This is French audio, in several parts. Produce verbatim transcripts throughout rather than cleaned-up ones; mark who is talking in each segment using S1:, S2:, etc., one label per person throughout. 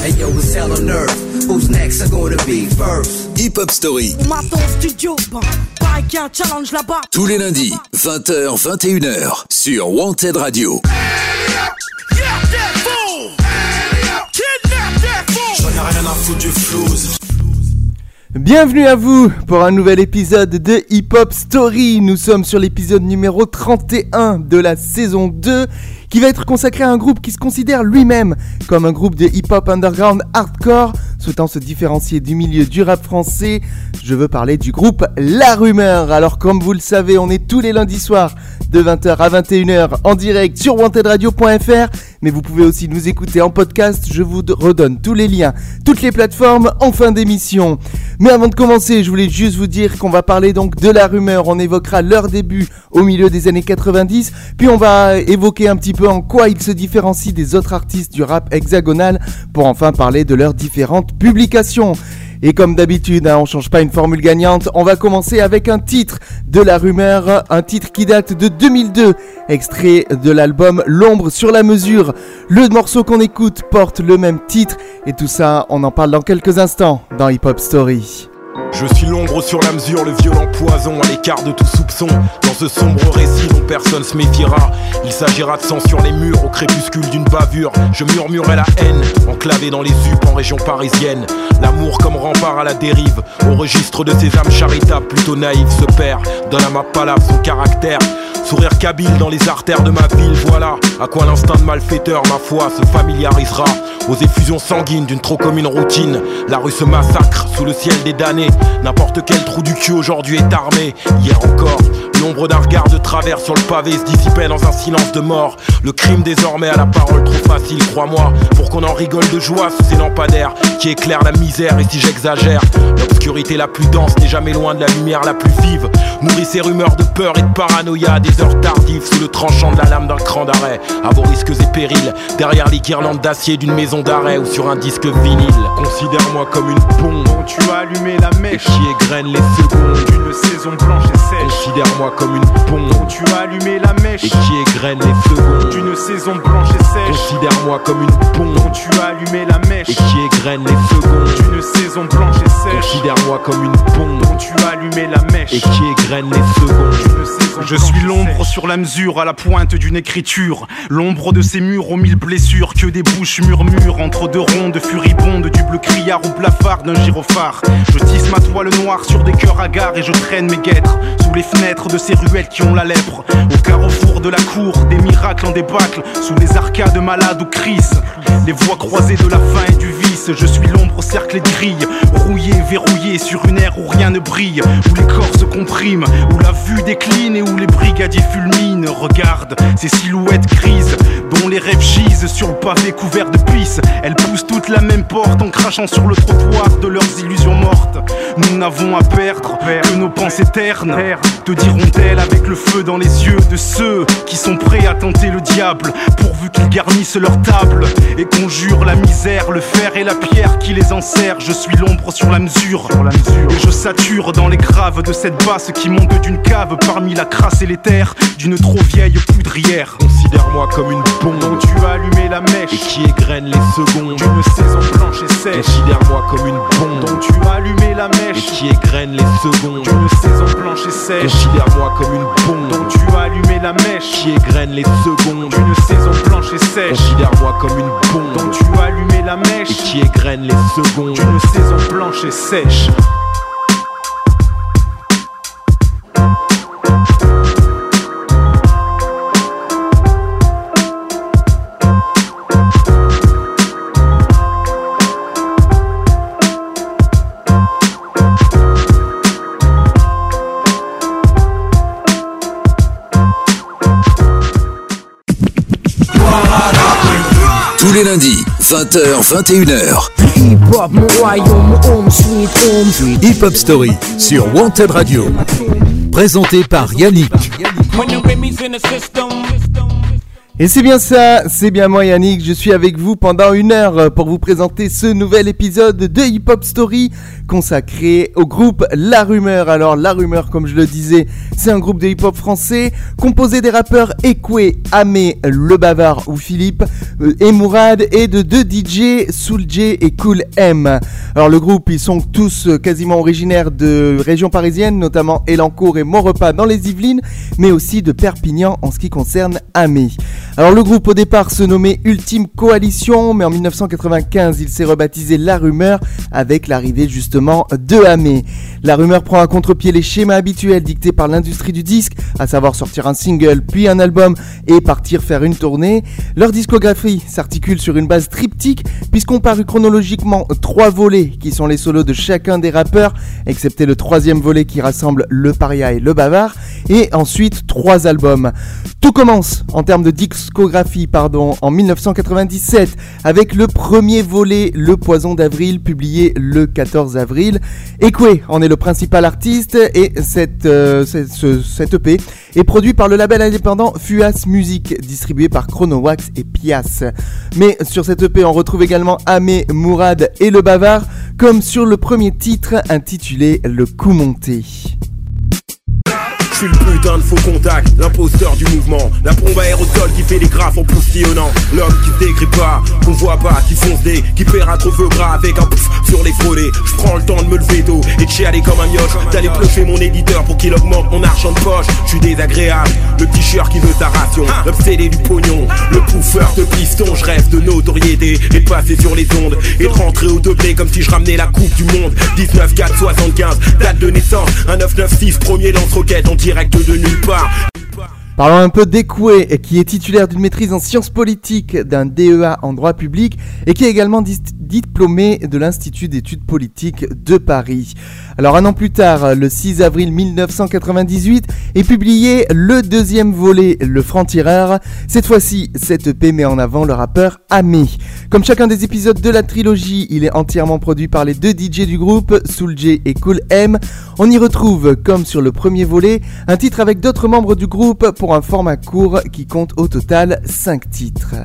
S1: Hey yo, it's hell on earth. Who's next are gonna be first?
S2: Hip Hop Story.
S3: On m'attend au studio, bah, pareil qu'il y a un challenge là-bas.
S2: Tous les lundis, vingt heures, vingt et une heures, sur Wanted Radio.
S1: J'en ai rien à foutre du flouze.
S4: Bienvenue à vous pour un nouvel épisode de Hip Hop Story. Nous sommes sur l'épisode numéro trente et un de la saison deux, qui va être consacré à un groupe qui se considère lui-même comme un groupe de hip-hop underground hardcore, souhaitant se différencier du milieu du rap français. Je veux parler du groupe La Rumeur. Alors comme vous le savez, on est tous les lundis soirs de vingt heures à vingt et une heures en direct sur wanted radio point f r, mais vous pouvez aussi nous écouter en podcast. Je vous redonne tous les liens, toutes les plateformes en fin d'émission. Mais avant de commencer, je voulais juste vous dire qu'on va parler donc de La Rumeur. On évoquera leur début au milieu des années quatre-vingt-dix, puis on va évoquer un petit peu en quoi ils se différencient des autres artistes du rap hexagonal, pour enfin parler de leurs différentes publications. Et comme d'habitude, hein, on change pas une formule gagnante, on va commencer avec un titre de La Rumeur, un titre qui date de deux mille deux, extrait de l'album L'ombre sur la mesure. Le morceau qu'on écoute porte le même titre, et tout ça, on en parle dans quelques instants dans Hip Hop Story.
S5: Je suis l'ombre sur la mesure, le violent poison à l'écart de tout soupçon. Dans ce sombre récit dont personne se méfiera, il s'agira de sang sur les murs au crépuscule d'une bavure. Je murmurais la haine, enclavé dans les U P en région parisienne. L'amour comme rempart à la dérive, au registre de ces âmes charitables plutôt naïves se perd. Donne à ma palabre son caractère, sourire kabyle dans les artères de ma ville. Voilà à quoi l'instinct de malfaiteur, ma foi, se familiarisera. Aux effusions sanguines d'une trop commune routine, la rue se massacre sous le ciel des damnés. N'importe quel trou du cul aujourd'hui est armé. Hier encore, l'ombre d'un regard de travers sur le pavé se dissipait dans un silence de mort. Le crime désormais à la parole trop facile, crois-moi, pour qu'on en rigole de joie sous ces lampadaires qui éclairent la misère. Et si j'exagère, l'obscurité la plus dense n'est jamais loin de la lumière la plus vive. Nourrit ces rumeurs de peur et de paranoïa à des heures tardives sous le tranchant de la lame d'un cran d'arrêt. À vos risques et périls, derrière les guirlandes d'acier d'une maison d'arrêt ou sur un disque vinyle. Considère-moi comme une bombe dont tu as allumé la mèche qui égrène les secondes d'une saison blanche et sèche. Considère-moi comme une bombe dont tu as allumé la mèche et qui égrène les secondes d'une saison blanche et sèche. Considère-moi comme une bombe dont tu as allumé la mèche et qui égrène les secondes d'une saison blanche et sèche. Considère-moi comme une bombe dont tu as allumé la mèche et qui égrène les secondes d'une saison. Je suis l'ombre sur la mesure à la pointe d'une écriture, l'ombre de ces murs aux mille blessures que des bouches murmurent entre deux rondes furibondes du bleu criard ou blafard d'un gyrophare. Je tisse ma toile noire sur des cœurs hagards et je traîne mes guêtres sous les fenêtres de ces ruelles qui ont la lèpre. Au carrefour de la cour, des miracles en débâcle, sous les arcades malades ou crises, les voies croisées de la faim et du vice. Je suis l'ombre au cercle de grilles, rouillé, verrouillé sur une ère où rien ne brille, où les corps se compriment, où la vue décline et où les brigadiers fulminent. Regarde ces silhouettes grises dont les rêves gisent sur le pavé couvert de pisse. Elles poussent toutes la même porte en crachant sur le trottoir de leurs illusions mortes. Nous n'avons à perdre que nos pensées ternes, te diront-elles avec le feu dans les yeux de ceux qui sont prêts à tenter le diable, pourvu qu'ils garnissent leur table et conjurent la misère, le fer et la pierre qui les enserrent. Je suis l'ombre sur la mesure, sur la mesure. Et je sature dans les graves de cette basse qui monte d'une cave parmi la crasse et les terres d'une trop vieille poudrière. Considère-moi comme une bombe dont tu as allumé la mèche et qui égrène les secondes d'une saison blanche et sèche. Considère-moi comme une bombe dont tu as allumé la mèche et qui égrène les secondes d'une saison blanche et sèche. Considère-moi comme une bombe dont tu as allumé la mèche qui égrène les secondes d'une saison blanche et sèche. Considère-moi comme une bombe dont tu as allumé la mèche et qui égrène les secondes d'une saison blanche et sèche.
S2: Tous les lundis, vingt heures, vingt et une heures. Hip Hop Story sur Wanted Radio. Présenté par Yannick.
S4: Et c'est bien ça, c'est bien moi Yannick, je suis avec vous pendant une heure pour vous présenter ce nouvel épisode de Hip Hop Story consacré au groupe La Rumeur. Alors La Rumeur, comme je le disais, c'est un groupe de hip hop français composé des rappeurs Ekwe, Amé, Le Bavard ou Philippe et Mourad et de deux D J, Soul J et Cool M. Alors le groupe, ils sont tous quasiment originaires de régions parisiennes, notamment Elancourt et Maurepas dans les Yvelines, mais aussi de Perpignan en ce qui concerne Amé. Alors le groupe au départ se nommait Ultime Coalition, mais en dix-neuf cent quatre-vingt-quinze il s'est rebaptisé La Rumeur avec l'arrivée justement de Amé. La Rumeur prend à contre-pied les schémas habituels dictés par l'industrie du disque, à savoir sortir un single puis un album et partir faire une tournée. Leur discographie s'articule sur une base triptyque puisqu'on parut chronologiquement trois volets qui sont les solos de chacun des rappeurs, excepté le troisième volet qui rassemble Le Paria et Le Bavard, et ensuite trois albums. Tout commence en termes de discographie pardon, en dix-neuf cent quatre-vingt-dix-sept avec le premier volet Le Poison d'Avril publié le quatorze avril. Ekwe en est le principal artiste et cette, euh, cette, ce, cet E P est produit par le label indépendant Fuas Music distribué par Chronowax et Pias. Mais sur cette E P on retrouve également Amé, Mourad et Le Bavard comme sur le premier titre intitulé Le Coup Monté.
S5: Je suis le putain de faux contact, l'imposteur du mouvement, la bombe aérosol qui fait des graphes en postillonnant, l'homme qui se décrit pas, qu'on voit pas, qui fonce des, qui paiera trop feu gras avec un pouf sur les frôlés. Je prends le temps de me lever tôt et de chialer comme un mioche, d'aller plocher mon éditeur pour qu'il augmente mon argent de poche. Je suis désagréable, le petit chieur qui veut sa ration, l'obsédé du pognon, le pouffeur de piston. Je rêve de notoriété et de passer sur les ondes et de rentrer au degré comme si je ramenais la coupe du monde. Dix-neuf quatre soixante-quinze, date de naissance, un neuf neuf six, premier lance-roquette en direct de nulle part.
S4: Parlons un peu d'Ekwe, qui est titulaire d'une maîtrise en sciences politiques, d'un D E A en droit public et qui est également dis- diplômé de l'Institut d'études politiques de Paris. Alors un an plus tard, le six avril dix-neuf cent quatre-vingt-dix-huit, est publié le deuxième volet, Le Franc-Tireur. Cette fois-ci, cette E P met en avant le rappeur Amé. Comme chacun des épisodes de la trilogie, il est entièrement produit par les deux D J du groupe, Soul J et Cool M. On y retrouve, comme sur le premier volet, un titre avec d'autres membres du groupe pour un format court qui compte au total cinq titres.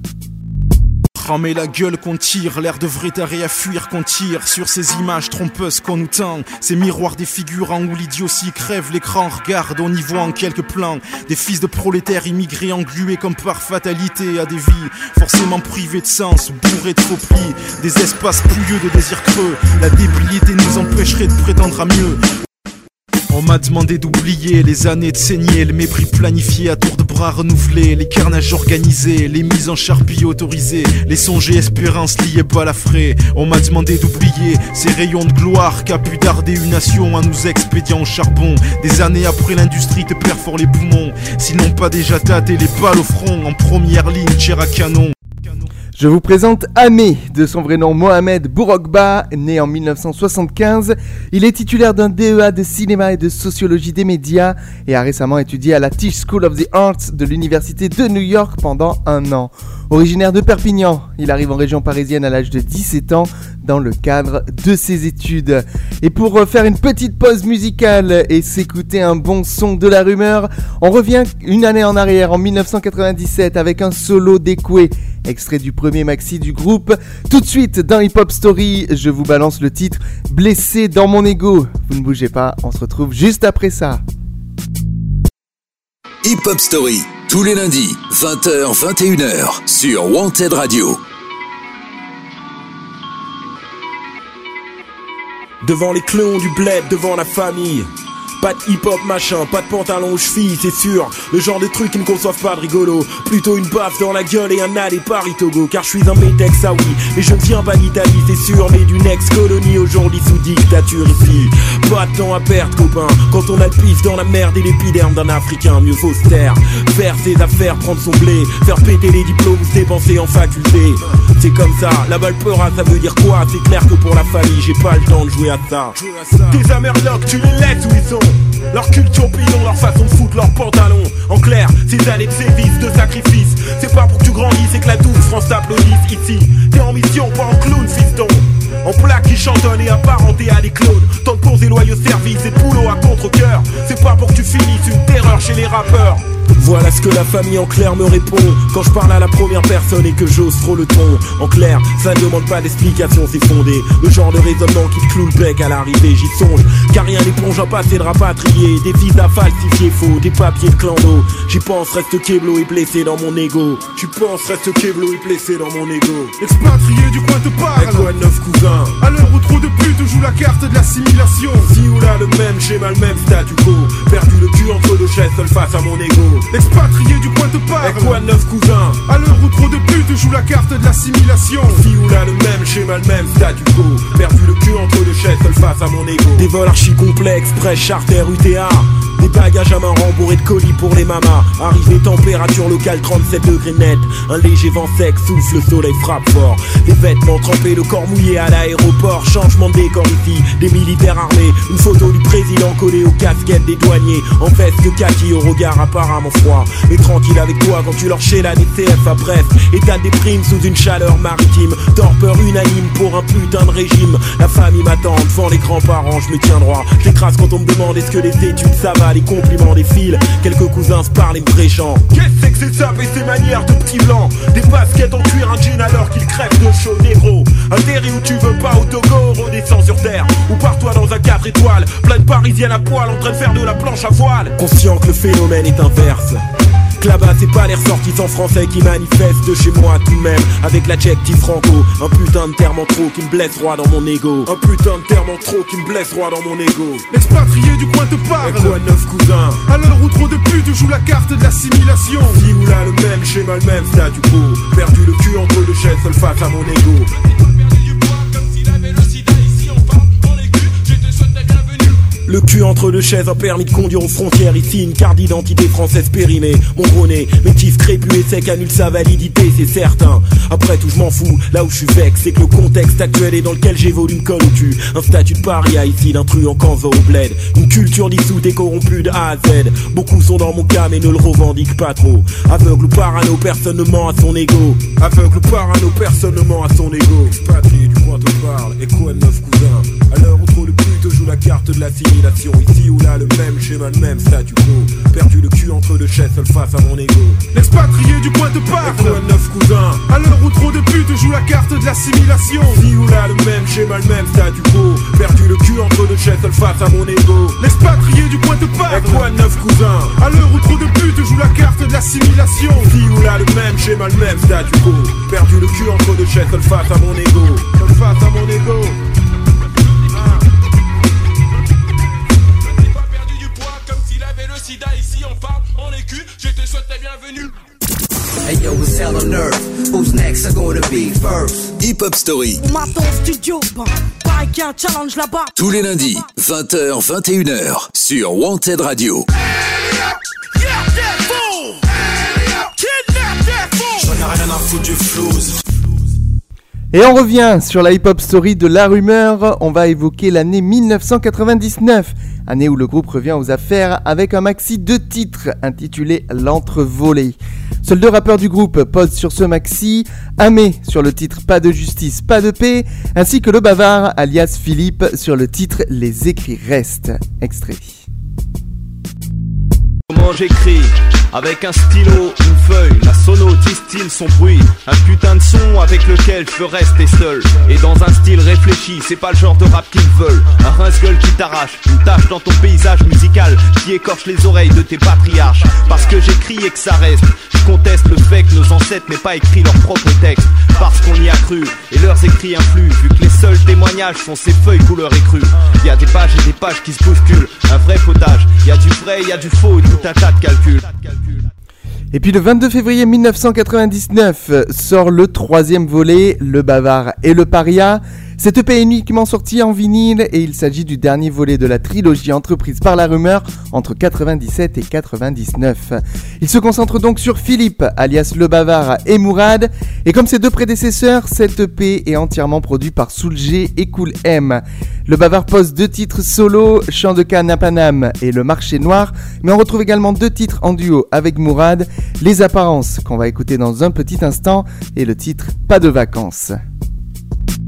S6: Ramer la gueule qu'on tire, l'air de vrai taré à fuir qu'on tire sur ces images trompeuses qu'on nous tend, ces miroirs des figurants où l'idiotie crève l'écran, regarde, on y voit en quelques plans des fils de prolétaires immigrés englués comme par fatalité à des vies forcément privées de sens, bourrées de faux plis, des espaces pouilleux de désirs creux, la débilité nous empêcherait de prétendre à mieux. On m'a demandé d'oublier les années de saigner, le mépris planifié à tour de bras renouvelé, les carnages organisés, les mises en charpie autorisées, les songes et espérances liées balafrées. On m'a demandé d'oublier ces rayons de gloire qu'a pu darder une nation à nous expédiant au charbon. Des années après l'industrie te perfore les poumons, s'ils n'ont pas déjà tâté les balles au front, en première ligne, tir à canon.
S4: Je vous présente Amé, de son vrai nom Mohamed Bourokba, né en dix-neuf cent soixante-quinze. Il est titulaire d'un D E A de cinéma et de sociologie des médias et a récemment étudié à la Tisch School of the Arts de l'université de New York pendant un an. Originaire de Perpignan, il arrive en région parisienne à l'âge de dix-sept ans dans le cadre de ses études. Et pour faire une petite pause musicale et s'écouter un bon son de La Rumeur, on revient une année en arrière en dix-neuf cent quatre-vingt-dix-sept avec un solo d'Ekwe, extrait du premier maxi du groupe. Tout de suite dans Hip Hop Story, je vous balance le titre Blessé dans mon ego. Vous ne bougez pas, on se retrouve juste après ça.
S2: Hip Hop Story, tous les lundis, vingt heures vingt et une heures, sur Wanted Radio.
S5: Devant les clones du bled, devant la famille. Pas de hip-hop machin, pas de pantalon aux chevilles, c'est sûr. Le genre de trucs qui ne conçoivent pas de rigolo. Plutôt une baffe dans la gueule et un aller Paris-Togo. Car je suis un métex, ah oui, mais je ne viens pas d'Italie, c'est sûr. Mais d'une ex-colonie aujourd'hui sous dictature ici. Pas de temps à perdre, copain. Quand on a le pif dans la merde et l'épiderme d'un Africain, mieux faut se taire. Faire ses affaires, prendre son blé. Faire péter les diplômes, se dépenser en faculté. C'est comme ça, la balle peura, ça veut dire quoi? C'est clair que pour la famille, j'ai pas le temps de jouer à ça. Tes amerlocs, tu les laisses où ils sont. Leur culture bidon, leur façon de foutre leurs pantalons. En clair, ces années de sévices, de sacrifices. C'est pas pour que tu grandisses et que la douce France t'applaudisse ici. T'es en mission, pas en clown, fiston. En plaque qui chantonne et apparenté à des clones. Tant de bons et loyaux services et de boulot à contre-cœur. C'est pas pour que tu finisses une terreur chez les rappeurs. Voilà ce que la famille en clair me répond quand je parle à la première personne et que j'ose trop le ton. En clair, ça ne demande pas d'explication, c'est fondé. Le genre de raisonnement qui te cloue le bec à l'arrivée, j'y songe. Car rien n'éponge un passé de rapatrié. Des visas falsifiés faux, des papiers de clando. J'y pense, reste Keblo et blessé dans mon ego. Tu penses, reste Keblo et blessé dans mon ego.
S6: Expatrié du coin te parle.
S5: Et quoi de neuf cousin?
S6: À l'heure où trop de putes jouent la carte de l'assimilation.
S5: Si ou là le même schéma, le même statu quo. Perdu le cul entre deux chaises, seul face à mon ego.
S6: Expatrié du coin te parle.
S5: Et quoi de neuf cousin?
S6: À l'heure où trop de putes jouent la carte de l'assimilation.
S5: Si ou là le même schéma, le même statu quo. Perdu le cul entre deux chaises, seul face à mon ego. Des vols archi complexes, presse, charter, U T A. Des bagages à main rembourrés de colis pour les mamas. Arrivée température locale trente-sept degrés net. Un léger vent sec souffle, le soleil frappe fort. Les vêtements trempés, le corps mouillé à l'aéroport. Changement de décor ici, des militaires armés. Une photo du président collée aux casquettes des douaniers. En veste de kaki au regard apparemment froid. Mais tranquille avec toi quand tu leur chez la D C F à Brest. État des primes sous une chaleur maritime. Torpeur unanime pour un putain de régime. La famille m'attend devant les grands-parents, je me tiens droit. J'écrase quand on me demande est-ce que les études ça va. Les compliments défilent, quelques cousins se parlent et me bréchant. Qu'est-ce que c'est ça et ces manières de petits blancs? Des baskets en cuir, un jean alors qu'ils crèvent de chaud négro. Atterris où tu veux pas au Togo, redescends sur terre. Ou pars-toi dans un quatre étoiles, plein de parisiennes à poil en train de faire de la planche à voile. Conscient que le phénomène est inverse. Que là-bas c'est pas les ressortissants français qui manifestent de chez moi tout de même. Avec l'adjectif franco, un putain de terme en trop qui me blesse droit dans mon ego. Un putain de terme en trop qui me blesse droit dans mon ego.
S6: Expatrié du coin te parle.
S5: Et quoi neuf cousin?
S6: À l'heure où trop de putes jouent la carte de l'assimilation.
S5: Si ou là le même schéma, le même statu quo. Perdu le cul entre deux chaises, seul face à mon ego. Le cul entre deux chaises, un permis de conduire aux frontières. Ici une carte d'identité française périmée. Mon gros nez, métif crépus et sec annule sa validité, c'est certain. Après tout je m'en fous, là où je suis vexe c'est que le contexte actuel et dans lequel j'évolue me colle au cul. Un statut de paria ici, d'intrus en canva au bled. Une culture dissoute et corrompue de A à Z. Beaucoup sont dans mon cas mais ne le revendiquent pas trop. Aveugle ou parano, personne ne ment à son ego. Aveugle ou parano, personne ne ment à son ego. Expatrié du coin te parle, et quoi de neuf cousin? À l'heure où trop de putes jouent la carte de l'assimilation. Ici ou là le même schéma, le même statu quo. Perdu le cul entre deux chaises, seul face à mon ego.
S6: L'expatrié du coin te parle.
S5: Et quoi de neuf cousin?
S6: À l'heure où trop de putes jouent la carte de l'assimilation.
S5: Ici ou là le même schéma, le même statu quo. Perdu le cul entre deux chaises, seul face à mon ego.
S6: L'expatrié du coin te parle.
S5: Et quoi de neuf cousin?
S6: À l'heure où trop de putes jouent la carte de l'assimilation.
S5: Ici ou là le même schéma, le même statu quo. Perdu le cul entre deux chaises, seul face à mon ego. Seul face à mon ego.
S7: Ici on parle, on est cul, je te souhaite la bienvenue.
S1: Hey yo, it's hell on earth. Who's next are gonna be first?
S2: Hip Hop Story.
S3: On m'attend au studio, bah, pareil qu'il y a un challenge là-bas.
S2: Tous les lundis, vingt heures, vingt et une heures, sur Wanted Radio.
S4: Et on revient sur la hip-hop story de La Rumeur. On va évoquer l'année dix-neuf cent quatre-vingt-dix-neuf, année où le groupe revient aux affaires avec un maxi de titres intitulé L'Entrevolé. Seuls deux rappeurs du groupe posent sur ce maxi, Amé sur le titre Pas de justice, pas de paix, ainsi que le bavard alias Philippe sur le titre Les écrits restent. Extrait.
S8: Comment j'écris? Avec un stylo, une feuille, la sono distille son bruit. Un putain de son avec lequel je veux rester seul. Et dans un style réfléchi, c'est pas le genre de rap qu'ils veulent. Un rince-gueule qui t'arrache, une tache dans ton paysage musical qui écorche les oreilles de tes patriarches. Parce que j'écris et que ça reste. Je conteste le fait que nos ancêtres n'aient pas écrit leur propre texte. Parce qu'on y a cru, et leurs écrits influent. Vu que les seuls témoignages sont ces feuilles couleur écrue. Y a des pages et des pages qui se bousculent. Un vrai potage, y a du vrai, y a du faux et tout un tas de calculs.
S4: Et puis le vingt-deux février dix-neuf cent quatre-vingt-dix-neuf sort le troisième volet, Le Bavard et le Paria. Cette E P est uniquement sortie en vinyle et il s'agit du dernier volet de la trilogie entreprise par La Rumeur entre quatre-vingt-dix-sept et quatre-vingt-dix-neuf. Il se concentre donc sur Philippe, alias Le Bavard et Mourad. Et comme ses deux prédécesseurs, cette E P est entièrement produite par Soul G et Cool M. Le Bavard pose deux titres solo, Chant de Canne à Paname et Le Marché Noir, mais on retrouve également deux titres en duo avec Mourad, Les Apparences qu'on va écouter dans un petit instant et le titre Pas de vacances.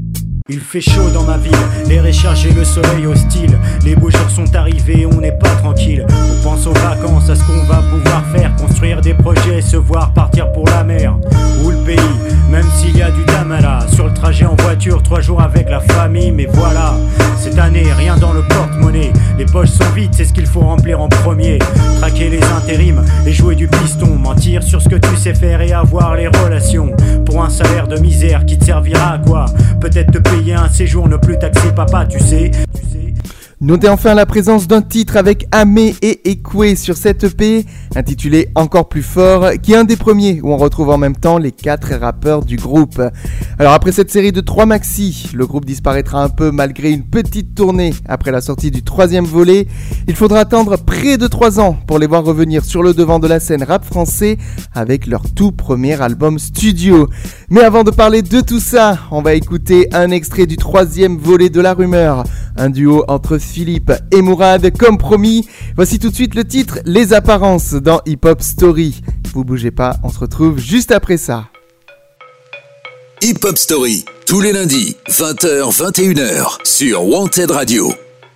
S9: Il fait chaud dans ma ville, l'air est chargé, le soleil hostile. Les beaux jours sont arrivés, on n'est pas tranquille. On pense aux vacances, à ce qu'on va pouvoir faire. Construire des projets, se voir partir pour la mer ou le pays, même s'il y a du damara. Sur le trajet en voiture, trois jours avec la famille. Mais voilà, cette année, rien dans le porte-monnaie. Les poches sont vides, c'est ce qu'il faut remplir en premier. Traquer les intérims et jouer du piston. Mentir sur ce que tu sais faire et avoir les relations. Pour un salaire de misère qui te servira à quoi? Peut-être te payer un séjour, ne plus taxer papa, tu sais, tu sais.
S4: Notez enfin la présence d'un titre avec Amé et Ekwe sur cette E P, intitulé Encore plus fort, qui est un des premiers où on retrouve en même temps les quatre rappeurs du groupe. Alors après cette série de trois maxi, le groupe disparaîtra un peu malgré une petite tournée après la sortie du troisième volet. Il faudra attendre près de trois ans pour les voir revenir sur le devant de la scène rap français avec leur tout premier album studio. Mais avant de parler de tout ça, on va écouter un extrait du troisième volet de La Rumeur, un duo entre Philippe et Mourad, comme promis. Voici tout de suite le titre Les Apparences dans Hip Hop Story. Vous bougez pas, on se retrouve juste après ça.
S2: Hip Hop Story, tous les lundis, vingt heures vingt et une heures, sur Wanted Radio.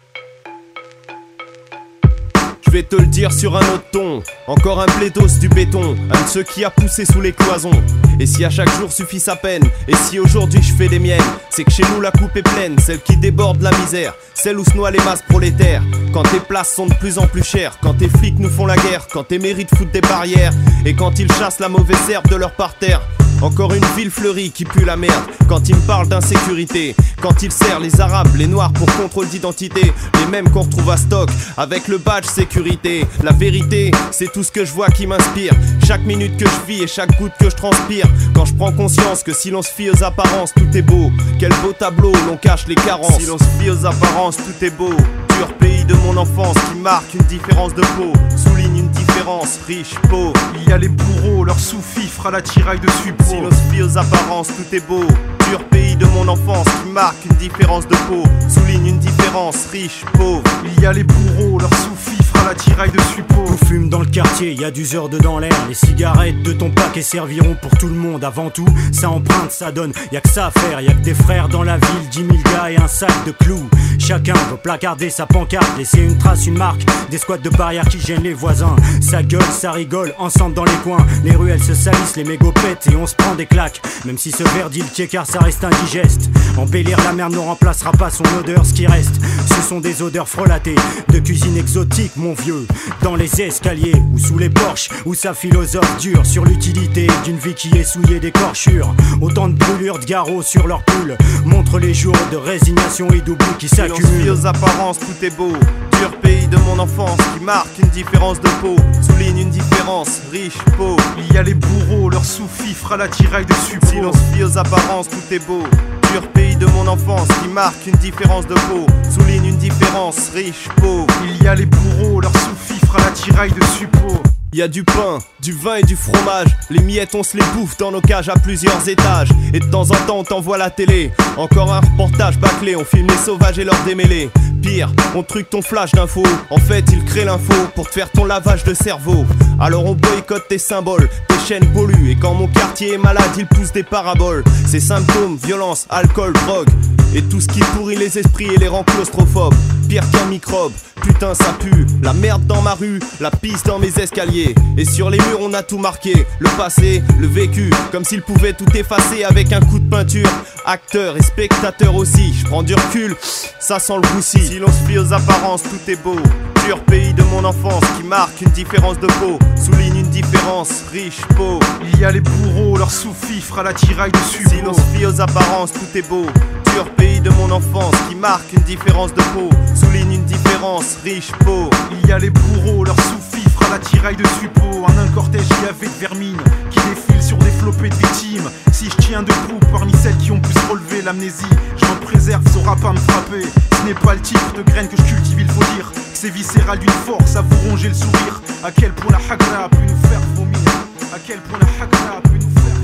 S8: Je vais te le dire sur un autre ton, encore un blédos du béton, un de ceux qui a poussé sous les cloisons. Et si à chaque jour suffit sa peine, et si aujourd'hui je fais des miennes, c'est que chez nous la coupe est pleine, celle qui déborde la misère, celle où se noient les masses prolétaires. Quand tes places sont de plus en plus chères, quand tes flics nous font la guerre, quand tes mérites foutent des barrières, et quand ils chassent la mauvaise herbe de leur parterre. Encore une ville fleurie qui pue la merde. Quand ils me parlent d'insécurité, quand ils serrent les arabes, les noirs pour contrôle d'identité, les mêmes qu'on retrouve à stock avec le badge sécurité. La vérité, c'est tout ce que je vois qui m'inspire. Chaque minute que je vis et chaque goutte que je transpire. Quand je prends conscience que si l'on se fie aux apparences, tout est beau. Quel beau tableau, l'on cache les carences. Si l'on se fie aux apparences, tout est beau. Dur pays de mon enfance qui marque une différence de peau. Souligne une différence, riche, pauvre.
S5: Il y a les bourreaux, leur sous-fifre à la tiraille de suppos.
S8: Si l'on se fie aux apparences, tout est beau. Dur pays de mon enfance qui marque une différence de peau. Souligne une différence, riche, pauvre.
S5: Il y a les bourreaux, leur sous-fifre à la tiraille de suppos.
S9: Tout fume dans le quartier, y a du zeur dans l'air. Les cigarettes de ton paquet serviront pour tout le monde. Avant tout, ça emprunte, ça donne, y a que ça à faire. Y a que des frères dans la ville, dix mille gars et un sac de clous. Chacun veut placarder sa pancarte, laisser une trace, une marque. Des squats de barrières qui gênent les voisins. Ça gueule, ça rigole, ensemble dans les coins. Les ruelles se salissent, les mégots pètent et on se prend des claques. Même si ce verre dit le tchécard, ça reste indigeste. Embellir la merde ne remplacera pas son odeur. Ce qui reste, ce sont des odeurs frelatées de cuisine exotique, mon vieux. Dans les escaliers ou sous les porches, où sa philosophe dure sur l'utilité d'une vie qui est souillée d'écorchures. Autant de brûlures de garrots sur leur pull montre les jours de résignation et d'oubli qui s'accumulent.
S8: Si on se fie aux apparences, tout est beau. Dur pays de mon enfance qui marque une différence de peau. Souligne une différence, riche, pauvre.
S5: Il y a les bourreaux, leur sous-fifre à la tiraille de suppos.
S8: Si l'on se fie aux apparences, tout est beau. Dur pays de mon enfance qui marque une différence de peau. Souligne une différence, riche, pauvre.
S5: Il y a les bourreaux, leur sous-fifre à la tiraille de suppos.
S8: Y a du pain, du vin et du fromage. Les miettes on se les bouffe dans nos cages à plusieurs étages. Et de temps en temps on t'envoie la télé. Encore un reportage bâclé, on filme les sauvages et leurs démêlés. Pire, on truque ton flash d'infos. En fait il crée l'info pour te faire ton lavage de cerveau. Alors on boycotte tes symboles, tes chaînes polluent. Et quand mon quartier est malade il pousse des paraboles. Ces symptômes, violence, alcool, drogue et tout ce qui pourrit les esprits et les rend claustrophobes. Pire qu'un microbe, putain ça pue. La merde dans ma rue, la pisse dans mes escaliers. Et sur les murs on a tout marqué. Le passé, le vécu, comme s'il pouvait tout effacer avec un coup de peinture. Acteurs et spectateurs aussi, je prends du recul, ça sent le roussi. Si l'on se fie aux apparences, tout est beau. Dur pays de mon enfance qui marque une différence de peau. Souligne une différence, riche, pauvre.
S5: Il y a les bourreaux, leur sous-fifre à la tiraille de suppos.
S8: Si l'on se fie aux apparences, tout est beau. Dur pays de mon enfance qui marque une différence de peau. Souligne une différence, riche, pauvre.
S5: Il y a les bourreaux, leur sous-fifre à la tiraille de suppos. En un cortège il y avait de vermine qui défile sur des flopées de victimes. Si je tiens debout parmi celles qui ont pu se relever l'amnésie, je m'en préserve, saura pas me frapper. Ce n'est pas le type de graine que je cultive, il faut dire que c'est viscéral d'une force à vous ronger le sourire. À quel point la hagra a pu nous faire vomir. À quel point la hagra a pu nous faire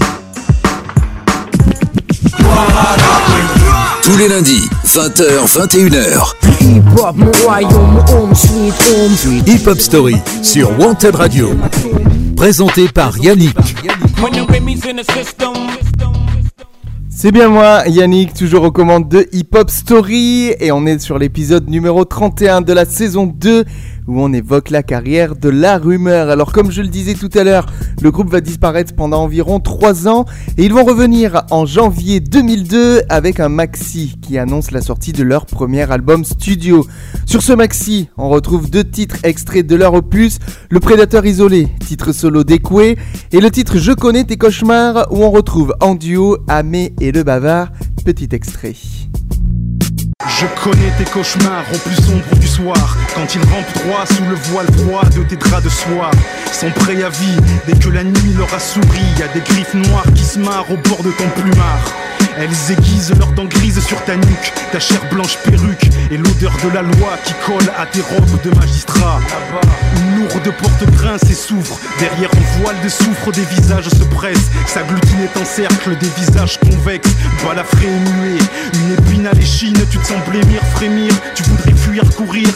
S5: vomir.
S2: Tous les lundis, vingt heures vingt et une heures. Hip Hop Story sur Wanted Radio. Présenté par Yannick.
S4: C'est bien moi, Yannick, toujours aux commandes de Hip Hop Story, et on est sur l'épisode numéro trente et un de la saison deux, où on évoque la carrière de La Rumeur. Alors comme je le disais tout à l'heure, le groupe va disparaître pendant environ trois ans, et ils vont revenir en janvier deux mille deux avec un maxi qui annonce la sortie de leur premier album studio. Sur ce maxi, on retrouve deux titres extraits de leur opus, Le Prédateur Isolé, titre solo d'Ekoué, et le titre Je connais tes cauchemars, où on retrouve en duo Amé et Le Bavard. Petit extrait.
S6: Je connais tes cauchemars au plus sombre du soir, quand ils rampent droit sous le voile froid de tes draps de soie. Sans préavis, dès que la nuit leur a souri, y a des griffes noires qui se marrent au bord de ton plumard. Elles aiguisent leurs dents grises sur ta nuque, ta chair blanche perruque et l'odeur de la loi qui colle à tes robes de magistrat. Une lourde porte grince et s'ouvre, derrière un voile de soufre des visages se pressent, s'agglutinent et encerclent des visages convexes, balafrés et muets. Une épine à l'échine, tu te sens blêmir, frémir, tu voudrais fuir, courir.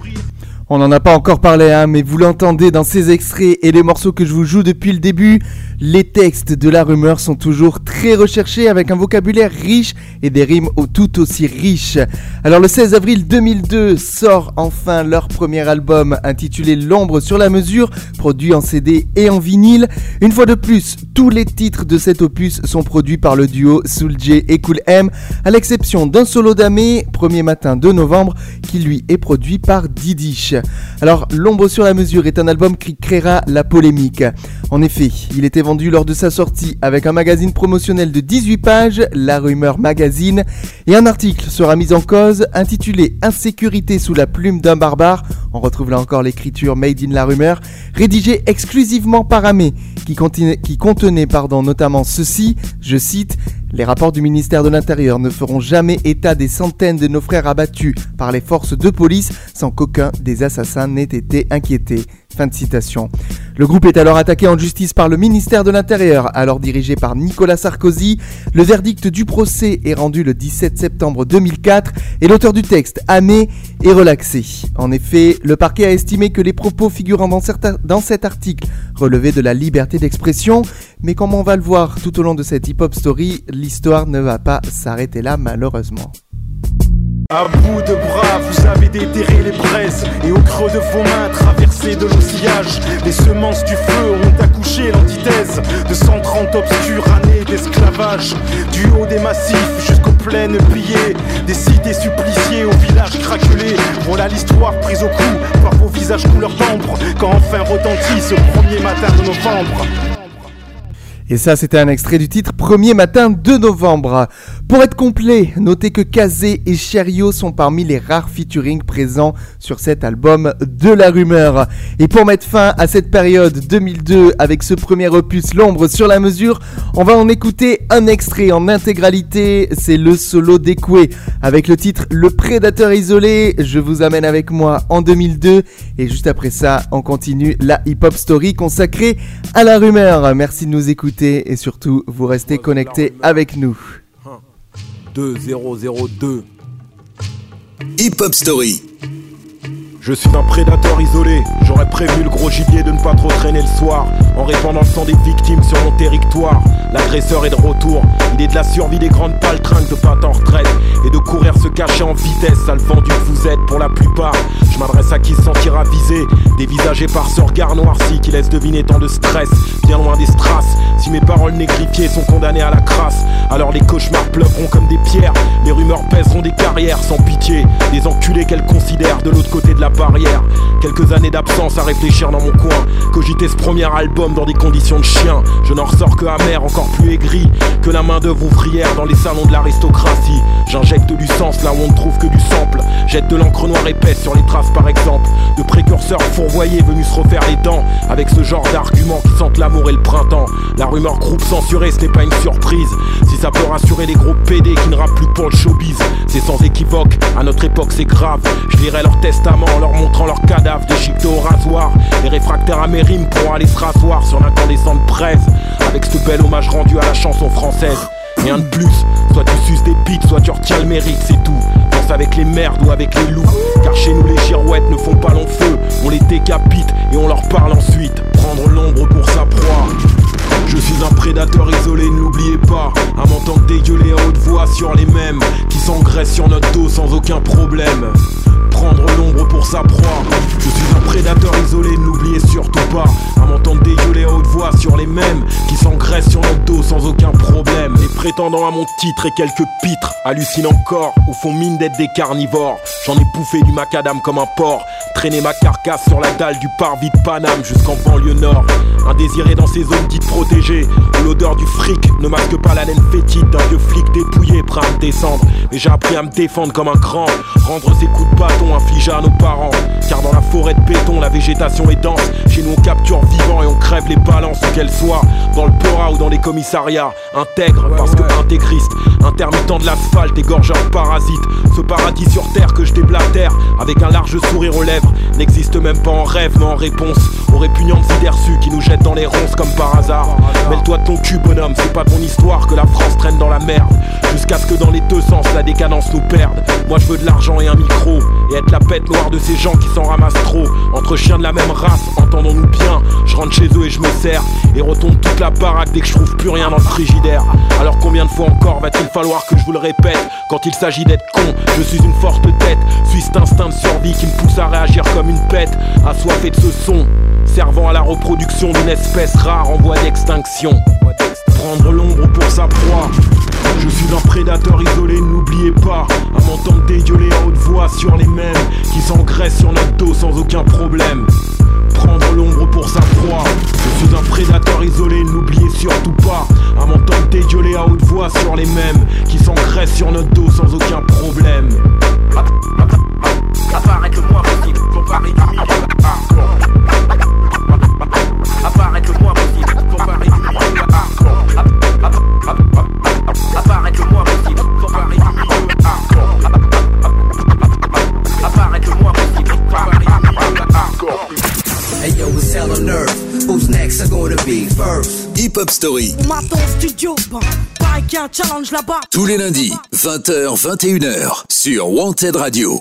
S4: On n'en a pas encore parlé, hein, mais vous l'entendez dans ces extraits et les morceaux que je vous joue depuis le début. Les textes de La Rumeur sont toujours très recherchés, avec un vocabulaire riche et des rimes tout aussi riches. Alors le seize avril deux mille deux sort enfin leur premier album intitulé L'ombre sur la mesure, produit en C D et en vinyle. Une fois de plus, tous les titres de cet opus sont produits par le duo Soul J et Cool M, à l'exception d'un solo d'Amé, Premier matin de novembre, qui lui est produit par Didish. Alors, L'ombre sur la mesure est un album qui créera la polémique. En effet, il était vendu lors de sa sortie avec un magazine promotionnel de dix-huit pages, La Rumeur Magazine, et un article sera mis en cause intitulé Insécurité sous la plume d'un barbare. On retrouve là encore l'écriture Made in La Rumeur, rédigée exclusivement par Amé, qui contenait, qui contenait pardon, notamment ceci, je cite: les rapports du ministère de l'Intérieur ne feront jamais état des centaines de nos frères abattus par les forces de police sans qu'aucun des assassins n'ait été inquiété. Fin de citation. Le groupe est alors attaqué en justice par le ministère de l'Intérieur, alors dirigé par Nicolas Sarkozy. Le verdict du procès est rendu le dix-sept septembre deux mille quatre et l'auteur du texte, Amé, est relaxé. En effet, le parquet a estimé que les propos figurant dans, certains, dans cet article relevaient de la liberté d'expression, mais comme on va le voir tout au long de cette hip-hop story, l'histoire ne va pas s'arrêter là malheureusement.
S6: À bout de bras, vous avez déterré les braises, et au creux de vos mains, traversées de l'oscillage, les semences du feu ont accouché l'antithèse de cent trente obscures années d'esclavage. Du haut des massifs jusqu'aux plaines pillées, des cités suppliciées aux villages craquelés. Voilà l'histoire prise au cou par vos visages couleur d'ambre, quand enfin retentit ce premier matin de novembre.
S4: Et ça, c'était un extrait du titre Premier matin de novembre. Pour être complet, notez que Kazé et Cherio sont parmi les rares featuring présents sur cet album de La Rumeur. Et pour mettre fin à cette période deux mille deux avec ce premier opus L'ombre sur la mesure, on va en écouter un extrait en intégralité. C'est le solo d'Ekoué avec le titre Le Prédateur Isolé. Je vous amène avec moi en deux mille deux et juste après ça, on continue la hip-hop story consacrée à La Rumeur. Merci de nous écouter. Et surtout, vous restez connectés avec nous.
S5: deux zéro zéro deux
S2: Hip Hop Story.
S5: Je suis un prédateur isolé, j'aurais prévu le gros gibier de ne pas trop traîner le soir, en répandant le sang des victimes sur mon territoire. L'agresseur est de retour, il est de la survie des grandes paltrinques de pattes en retraite, et de courir se cacher en vitesse à le vendu que vous êtes pour la plupart. Je m'adresse à qui se sentira visé, dévisagé par ce regard noirci qui laisse deviner tant de stress, bien loin des strass. Si mes paroles négrifiées sont condamnées à la crasse, alors les cauchemars pleuvront comme des pierres, les rumeurs pèseront des carrières sans pitié, des enculés qu'elles considèrent de l'autre côté de la barrière. Quelques années d'absence à réfléchir dans mon coin, cogiter ce premier album dans des conditions de chien. Je n'en ressors que amer, encore plus aigri que la main d'œuvre ouvrière dans les salons de l'aristocratie. J'injecte du sens là où on ne trouve que du sample, jette de l'encre noire épaisse sur les traces par exemple de précurseurs fourvoyés venus se refaire les dents avec ce genre d'arguments qui sentent l'amour et le printemps. La rumeur groupe censuré, ce n'est pas une surprise. Si ça peut rassurer les gros P D qui ne rappent plus pour le showbiz, c'est sans équivoque, à notre époque c'est grave. Je lirai leur testament en leur montrant leurs cadavres déchiquetés au rasoir. Les réfractaires à mes rimes pourront aller se rasseoir sur l'incandescente braise avec ce bel hommage rendu à la chanson française. Rien de plus, soit tu suces des pics, soit tu retiens le mérite, c'est tout. Pense avec les merdes ou avec les loups, car chez nous les girouettes ne font pas long feu. On les décapite et on leur parle ensuite. Prendre l'ombre pour sa proie. Je suis un prédateur isolé, ne l'oubliez pas. À m'entendre dégueuler à haute voix sur les mêmes qui s'engraissent sur notre dos sans aucun problème. Prendre l'ombre pour sa proie. Je suis un prédateur isolé, ne l'oubliez surtout pas. À m'entendre dégueuler à haute voix sur les mêmes qui s'engraissent sur notre dos sans aucun problème. Les prétendants à mon titre et quelques pitres hallucinent encore ou font mine d'être des carnivores. J'en ai bouffé du macadam comme un porc. Traîner ma carcasse sur la dalle du parvis de Paname jusqu'en banlieue nord. Indésiré dans ces zones dites protégées où l'odeur du fric ne masque pas la laine fétide d'un vieux flic dépouillé prêt à me descendre. Mais j'ai appris à me défendre comme un grand, rendre ces coups de bâton infligés à nos parents. Car dans la forêt de béton la végétation est dense. Chez nous on capture vivant et on crève les balances où qu'elles soient. Dans le Pora ou dans les commissariats. Intègre parce que intégriste, intermittent de l'asphalte, égorgeur parasite. Ce paradis sur terre que je déblatère avec un large sourire aux lèvres n'existe même pas en rêve mais en réponse aux répugnantes idées reçues qui nous jettent dans les ronces comme par hasard. Mêle-toi de ton cul bonhomme, c'est pas ton histoire que la France traîne dans la merde. Jusqu'à ce que dans les deux sens la décadence nous perde. Moi je veux de l'argent et un micro et être la bête noire de ces gens qui s'en ramassent trop. Entre chiens de la même race, entendons-nous bien. Je rentre chez eux et je me sers et retombe toute la baraque dès que je trouve plus rien dans le frigidaire. Alors combien de fois encore va-t-il falloir que je vous le répète? Quand il s'agit d'être con, je suis une forte tête. Suis cet instinct de survie qui me pousse à réagir comme une pète, assoiffé de ce son, servant à la reproduction d'une espèce rare en voie d'extinction. Prendre l'ombre pour sa proie. Je suis un prédateur isolé, ne l'oubliez pas. À m'entendre dégueuler à haute voix sur les mêmes qui s'engraissent sur notre dos sans aucun problème. Prendre l'ombre pour sa proie. Je suis un prédateur isolé, ne l'oubliez surtout pas. À m'entendre dégueuler à haute voix sur les mêmes qui s'engraissent sur notre dos sans aucun problème.
S10: Apparaître le moins possible, comparé du milieu hardcore. Apparaître le moins possible, comparé du milieu hardcore. Apparaître le moins possible, comparé du milieu hardcore. Apparaître le moins possible, comparé du milieu hardcore.
S1: Hey yo, it's hell on earth. Who's next are gonna be first?
S2: Hip Hop Story.
S3: On m'attend au studio, bon, pareil qu'il y a un challenge là-bas.
S2: Tous les lundis, vingt heures, vingt et une heures, sur Wanted Radio.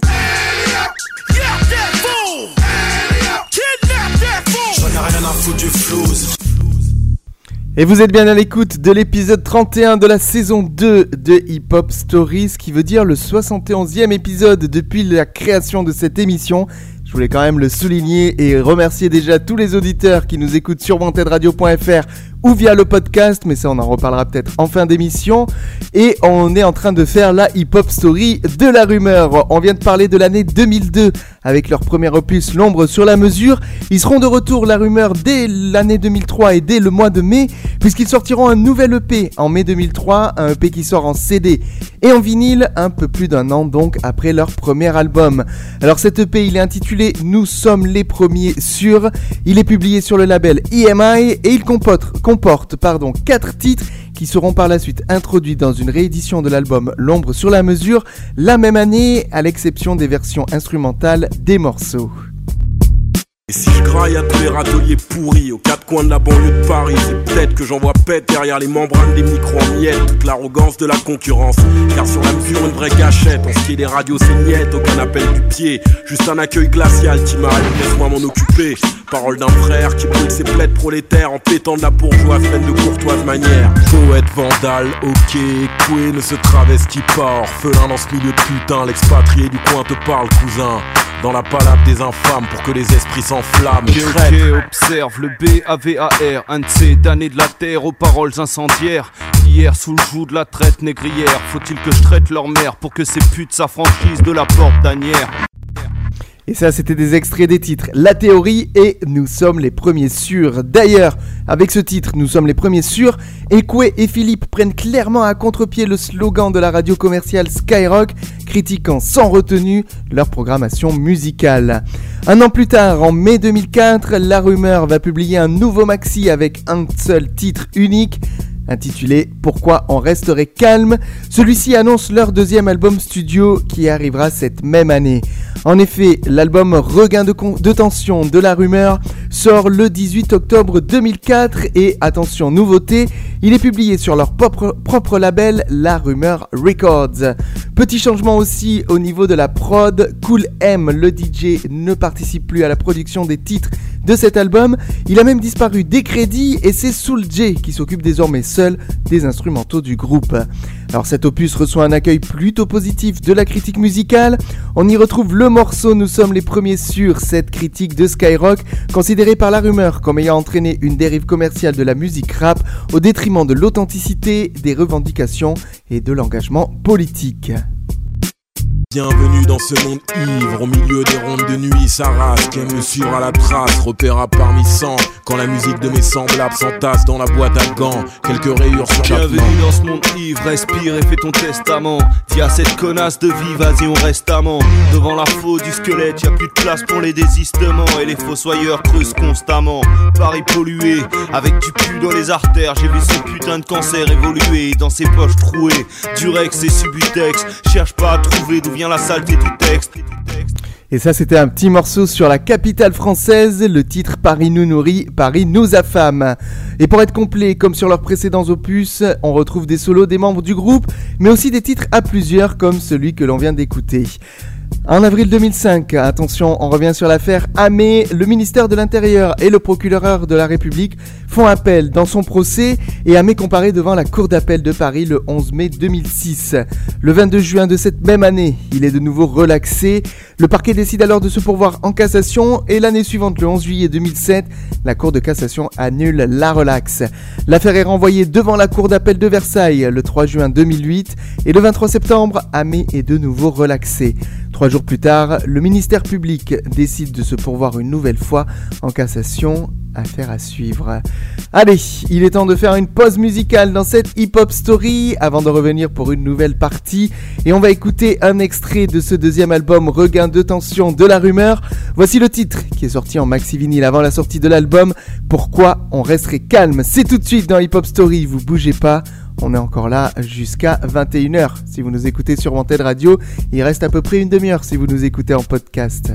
S4: Et vous êtes bien à l'écoute de l'épisode trente et un de la saison deux de Hip Hop Story, ce qui veut dire le soixante et onzième épisode depuis la création de cette émission. Je voulais quand même le souligner et remercier déjà tous les auditeurs qui nous écoutent sur wanted radio point f r ou via le podcast, mais ça on en reparlera peut-être en fin d'émission. Et on est en train de faire la hip-hop story de la rumeur. On vient de parler de l'année deux mille deux avec leur premier opus L'ombre sur la mesure. Ils seront de retour, la rumeur, dès l'année deux mille trois et dès le mois de mai, puisqu'ils sortiront un nouvel E P en mai deux mille trois, un E P qui sort en C D et en vinyle un peu plus d'un an donc après leur premier album. Alors cet E P il est intitulé Nous sommes les premiers sûrs. Il est publié sur le label E M I et il comporte comporte pardon, quatre titres qui seront par la suite introduits dans une réédition de l'album L'ombre sur la mesure la même année, à l'exception des versions instrumentales des morceaux.
S5: Et si je graille à tous les râteliers pourris aux quatre coins de la banlieue de Paris, c'est peut-être que j'en vois pète derrière les membranes des micros en miettes toute l'arrogance de la concurrence. Car sur la mesure une vraie gâchette, en ce qui est des radios c'est niette, aucun appel du pied, juste un accueil glacial qui m'a allumé, laisse-moi m'en occuper. Parole d'un frère qui brûle ses plaides prolétaires en pétant de la bourgeoise pleine de courtoise manière. Poète vandale, ok, coué ne se travestit pas, orphelin dans ce milieu de putain, l'expatrié du coin te parle cousin. Dans la palabre des infâmes pour que les esprits s'enflamment.
S8: Ok, ok, observe le B A V A R, un de ces damnés de la terre aux paroles incendiaires. Hier sous le joug de la traite négrière, faut-il que je traite leur mère pour que ces putes s'affranchissent de la porte d'Anière.
S4: Et ça, c'était des extraits des titres La Théorie et Nous sommes les premiers sûrs. D'ailleurs, avec ce titre, Nous sommes les premiers sûrs, Ekoué et Philippe prennent clairement à contre-pied le slogan de la radio commerciale Skyrock, critiquant sans retenue leur programmation musicale. Un an plus tard, en mai deux mille quatre, La Rumeur va publier un nouveau maxi avec un seul titre unique, intitulé Pourquoi on resterait calme. Celui-ci annonce leur deuxième album studio qui arrivera cette même année. En effet, l'album Regain de, con- de tension de La Rumeur sort le dix-huit octobre deux mille quatre et, attention nouveauté, il est publié sur leur propre, propre label La Rumeur Records. Petit changement aussi au niveau de la prod, Cool M, le D J, ne participe plus à la production des titres de cet album. Il a même disparu des crédits et c'est Soul J qui s'occupe désormais seul des instrumentaux du groupe. Alors cet opus reçoit un accueil plutôt positif de la critique musicale. On y retrouve le morceau Nous sommes les premiers sur cette critique de Skyrock, considéré par La Rumeur comme ayant entraîné une dérive commerciale de la musique rap au détriment de l'authenticité, des revendications et de l'engagement politique.
S5: Bienvenue dans ce monde ivre, au milieu des rondes de nuit, sa race qui aime me suivre à la trace, repérable parmi cent, quand la musique de mes semblables s'entasse dans la boîte à gants, quelques rayures sur la
S8: Bienvenue dans ce monde ivre, respire et fais ton testament. Dis à cette connasse de vie, vas-y on reste amant. Devant la faux du squelette, y'a plus de place pour les désistements, et les fossoyeurs creusent constamment. Paris pollué, avec du pu dans les artères, j'ai vu ce putain de cancer évoluer dans ses poches trouées. Durex et Subutex, cherche pas à trouver d'où vient la saleté du texte.
S4: Et ça c'était un petit morceau sur la capitale française, le titre Paris nous nourrit, Paris nous affame. Et pour être complet, comme sur leurs précédents opus, on retrouve des solos des membres du groupe, mais aussi des titres à plusieurs comme celui que l'on vient d'écouter. En avril deux mille cinq, attention, on revient sur l'affaire Hamé, le ministère de l'Intérieur et le procureur de la République font appel dans son procès et Hamé comparaît devant la cour d'appel de Paris le onze mai deux mille six. Le vingt-deux juin de cette même année, il est de nouveau relaxé. Le parquet décide alors de se pourvoir en cassation et l'année suivante, le onze juillet deux mille sept, la cour de cassation annule la relaxe. L'affaire est renvoyée devant la cour d'appel de Versailles le trois juin deux mille huit et le vingt-trois septembre, Hamé est de nouveau relaxé. Trois jours plus tard, le ministère public décide de se pourvoir une nouvelle fois en cassation. Affaire à suivre. Allez, il est temps de faire une pause musicale dans cette hip-hop story avant de revenir pour une nouvelle partie. Et on va écouter un extrait de ce deuxième album Regain de tension de La Rumeur. Voici le titre qui est sorti en maxi vinyle avant la sortie de l'album. Pourquoi on resterait calme? C'est tout de suite dans Hip-Hop Story, vous bougez pas. On est encore là jusqu'à vingt et une heures. Si vous nous écoutez sur Wanted Radio, il reste à peu près une demi-heure si vous nous écoutez en podcast.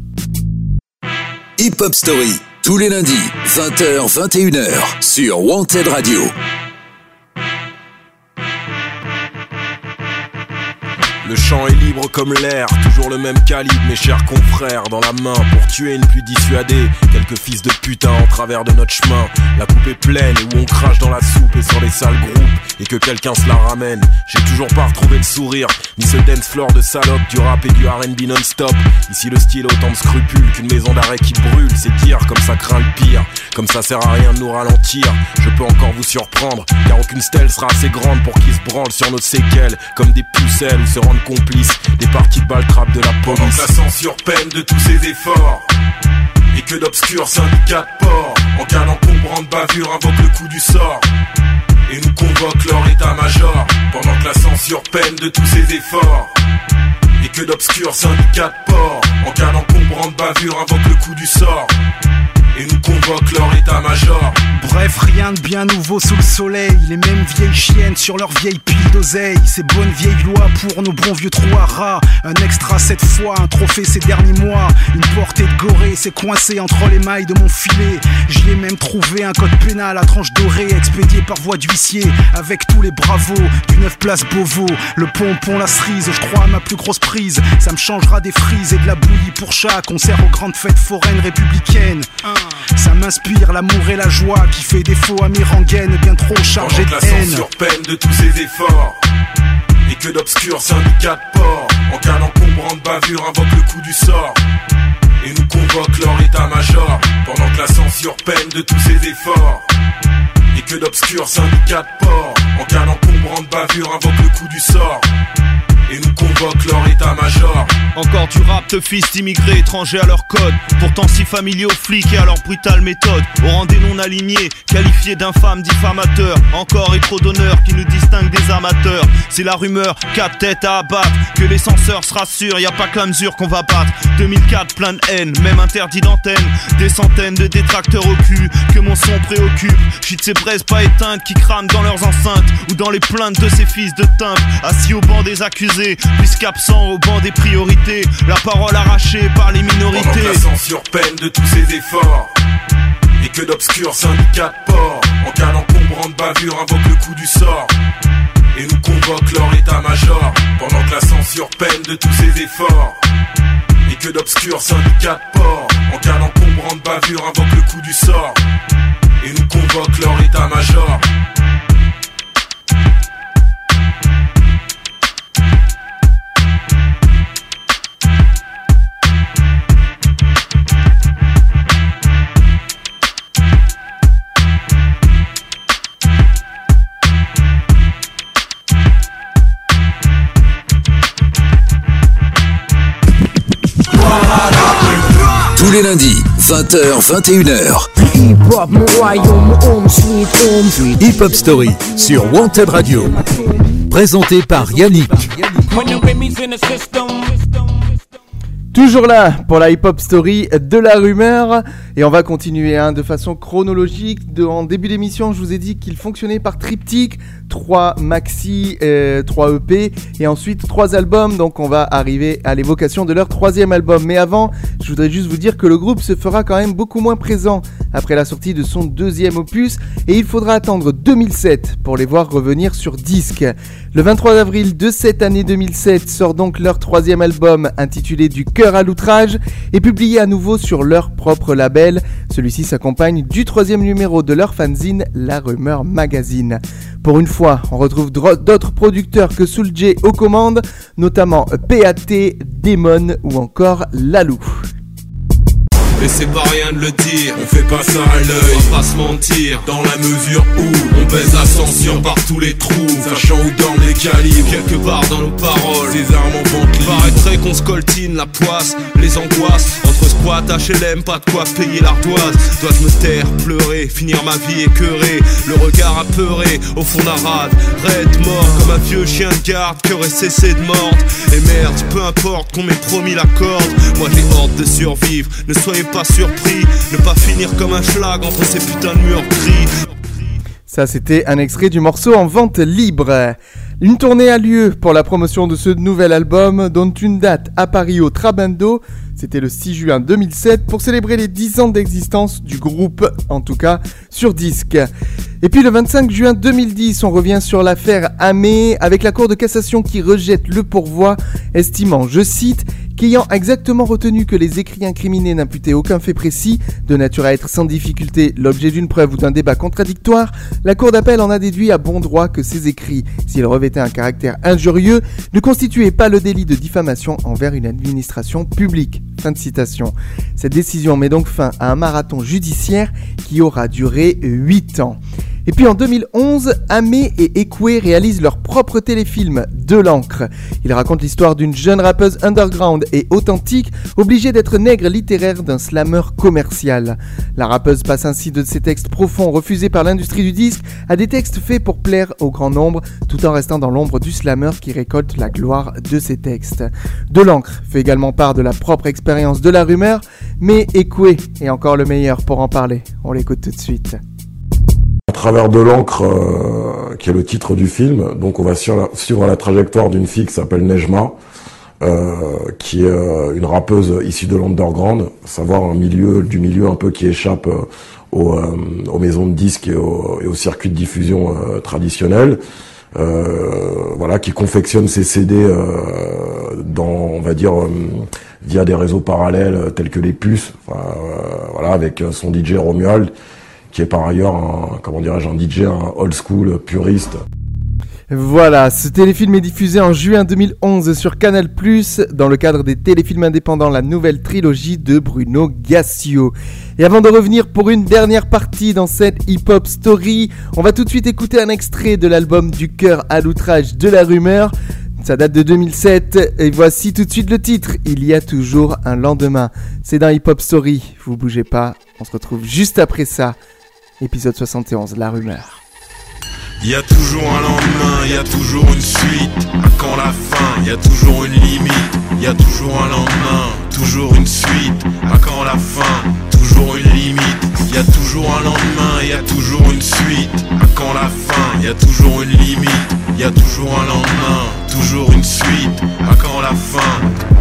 S2: Hip-Hop Story, tous les lundis, vingt heures, vingt et une heures, sur Wanted Radio.
S5: Le champ est libre comme l'air, toujours le même calibre, mes chers confrères, dans la main pour tuer une puis dissuader quelques fils de putain en travers de notre chemin. La coupe est pleine et où on crache dans la soupe et sur les sales groupes et que quelqu'un se la ramène. J'ai toujours pas retrouvé le sourire, ni ce dance floor de salope, du rap et du R and B non-stop. Ici le style a autant de scrupules qu'une maison d'arrêt qui brûle, c'est dire comme ça craint le pire, comme ça sert à rien de nous ralentir. Je peux encore vous surprendre, car aucune stèle sera assez grande pour qu'ils se branlent sur nos séquelles, comme des pucelles ou se rendent complices des parties de balle trappe de la police. Pendant que la censure peine de tous ses efforts et que d'obscurs syndicats de port en cas d'encombrant de bavure invoquent le coup du sort et nous convoquent leur état-major. Pendant que la censure peine de tous ses efforts et que d'obscurs syndicats de port en cas d'encombrant de bavure invoquent le coup du sort et nous convoquent leur état-major.
S6: Bref, rien de bien nouveau sous le soleil. Les mêmes vieilles chiennes sur leur vieille pile d'oseille. Ces bonnes vieilles lois pour nos bons vieux trous à rats. Un extra cette fois, un trophée ces derniers mois. Une portée de gorée s'est coincée entre les mailles de mon filet. J'y ai même trouvé un code pénal à tranche dorée, expédié par voie d'huissier, avec tous les bravos du neuf place Beauvau. Le pompon, la cerise, je crois à ma plus grosse prise. Ça me changera des frises et de la bouillie pour chat. Concert aux grandes fêtes foraines républicaines. Ça m'inspire l'amour et la joie qui fait défaut à mes rengaines bien trop chargées de haine.
S5: Pendant que la censure peine de tous ses efforts et que d'obscurs syndicats de port en cas d'encombrant de bavure invoquent le coup du sort et nous convoquent leur état-major. Pendant que la censure peine de tous ses efforts et que d'obscurs syndicats de port en cas d'encombrant de bavure invoquent le coup du sort et nous convoquent leur état-major.
S8: Encore du rap de fils d'immigrés étrangers à leur code, pourtant si familiers aux flics et à leur brutale méthode. Au rang des non-alignés, qualifiés d'infâmes diffamateurs. Encore et trop d'honneur qui nous distingue des amateurs. C'est la rumeur, quatre têtes à abattre, que les censeurs se rassurent, y a pas que la mesure qu'on va battre. deux mille quatre, plein de haine, même interdit d'antenne. Des centaines de détracteurs au cul, que mon son préoccupe. J'suis de ces braises pas éteintes qui crament dans leurs enceintes ou dans les plaintes de ces fils de timbre, assis au banc des accusés, puisqu'absent au banc des priorités, la parole arrachée par les minorités.
S5: Pendant que la censure peine de tous ses efforts et que d'obscurs syndicats de port en cas d'encombrant de bavure invoquent le coup du sort et nous convoquent leur état-major. Pendant que la censure peine de tous ses efforts et que d'obscurs syndicats de port en cas d'encombrant grande bavure invoque le coup du sort et nous convoque leur état-major.
S2: Tous les lundis, vingt heures vingt et une heures. Hip Hop Story sur Wanted Radio. Présenté par Yannick.
S4: Toujours là pour la hip-hop story de la rumeur et on va continuer hein, de façon chronologique. De, en début d'émission, je vous ai dit qu'il fonctionnait par triptyque, trois maxi, euh, trois E P et ensuite trois albums. Donc on va arriver à l'évocation de leur troisième album. Mais avant, je voudrais juste vous dire que le groupe se fera quand même beaucoup moins présent après la sortie de son deuxième opus et il faudra attendre deux mille sept pour les voir revenir sur disque. Le vingt-trois avril de cette année deux mille sept sort donc leur troisième album intitulé Du cœur à l'outrage et publié à nouveau sur leur propre label. Celui-ci s'accompagne du troisième numéro de leur fanzine La Rumeur Magazine. Pour une fois, on retrouve d'autres producteurs que Soul J aux commandes, notamment P A T, Demon ou encore Lalou.
S5: Et c'est pas rien de le dire, on fait pas ça à l'œil, on va pas se mentir, dans la mesure où on baise ascension par tous les trous, sachant où dorment les calibres, quelque part dans nos paroles, ces armes en vente libre. Paraîtrait qu'on se coltine la poisse, les angoisses, entre squat, H L M, pas de quoi payer l'ardoise. Dois-je me taire, pleurer, finir ma vie écœurée, le regard apeuré, au fond d'un rade, raide mort, comme un vieux chien de garde qui aurait cessé de mordre. Et merde, peu importe qu'on m'ait promis la corde, moi j'ai hâte de survivre, ne soyez pas surpris, ne pas finir comme un schlag entre ces putains de murs gris.
S4: Ça c'était un extrait du morceau en vente libre. Une tournée a lieu pour la promotion de ce nouvel album, dont une date à Paris au Trabando. C'était le six juin deux mille sept pour célébrer les dix ans d'existence du groupe, en tout cas sur disque. Et puis le vingt-cinq juin deux mille dix, on revient sur l'affaire Amé avec la Cour de cassation qui rejette le pourvoi, estimant, je cite, qu'ayant exactement retenu que les écrits incriminés n'imputaient aucun fait précis, de nature à être sans difficulté l'objet d'une preuve ou d'un débat contradictoire, la Cour d'appel en a déduit à bon droit que ces écrits, s'ils revêtaient un caractère injurieux, ne constituaient pas le délit de diffamation envers une administration publique. Fin de citation. Cette décision met donc fin à un marathon judiciaire qui aura duré huit ans. Et puis en deux mille onze, Amé et Ekoué réalisent leur propre téléfilm, De l'encre. Ils racontent l'histoire d'une jeune rappeuse underground et authentique, obligée d'être nègre littéraire d'un slammer commercial. La rappeuse passe ainsi de ses textes profonds refusés par l'industrie du disque à des textes faits pour plaire au grand nombre, tout en restant dans l'ombre du slammer qui récolte la gloire de ses textes. De l'encre fait également part de la propre expérience de la rumeur, mais Ekoué est encore le meilleur pour en parler. On l'écoute tout de suite.
S11: À travers De l'encre, euh, qui est le titre du film, donc on va suivre la, suivre la trajectoire d'une fille qui s'appelle Nejma, euh, qui est euh, une rappeuse issue de l'underground, à savoir un milieu du milieu un peu qui échappe euh, aux, euh, aux maisons de disques et aux, et aux circuits de diffusion euh, traditionnels. Euh, voilà, qui confectionne ses C D euh, dans, on va dire, euh, via des réseaux parallèles euh, tels que les puces, enfin, euh, voilà, avec son D J Romuald, qui est par ailleurs un, comment dirais-je, un D J, un old school puriste.
S4: Voilà, ce téléfilm est diffusé en juin deux mille onze sur Canal plus, dans le cadre des téléfilms indépendants, la nouvelle trilogie de Bruno Gassio. Et avant de revenir pour une dernière partie dans cette hip-hop story, on va tout de suite écouter un extrait de l'album Du cœur à l'outrage de la rumeur. Ça date de deux mille sept, et voici tout de suite le titre, Il y a toujours un lendemain. C'est dans Hip Hop Story, vous bougez pas, on se retrouve juste après ça. Épisode soixante et onze, La rumeur.
S5: Il y a toujours un lendemain, il y a toujours une suite. À quand la fin, il y a toujours une limite. Il y a toujours un lendemain, toujours une suite. À quand la fin, toujours une limite. Il y a toujours un lendemain, il y a toujours une suite. À quand la fin, il y a toujours une limite. Il y a toujours un lendemain, toujours une suite. À quand la fin?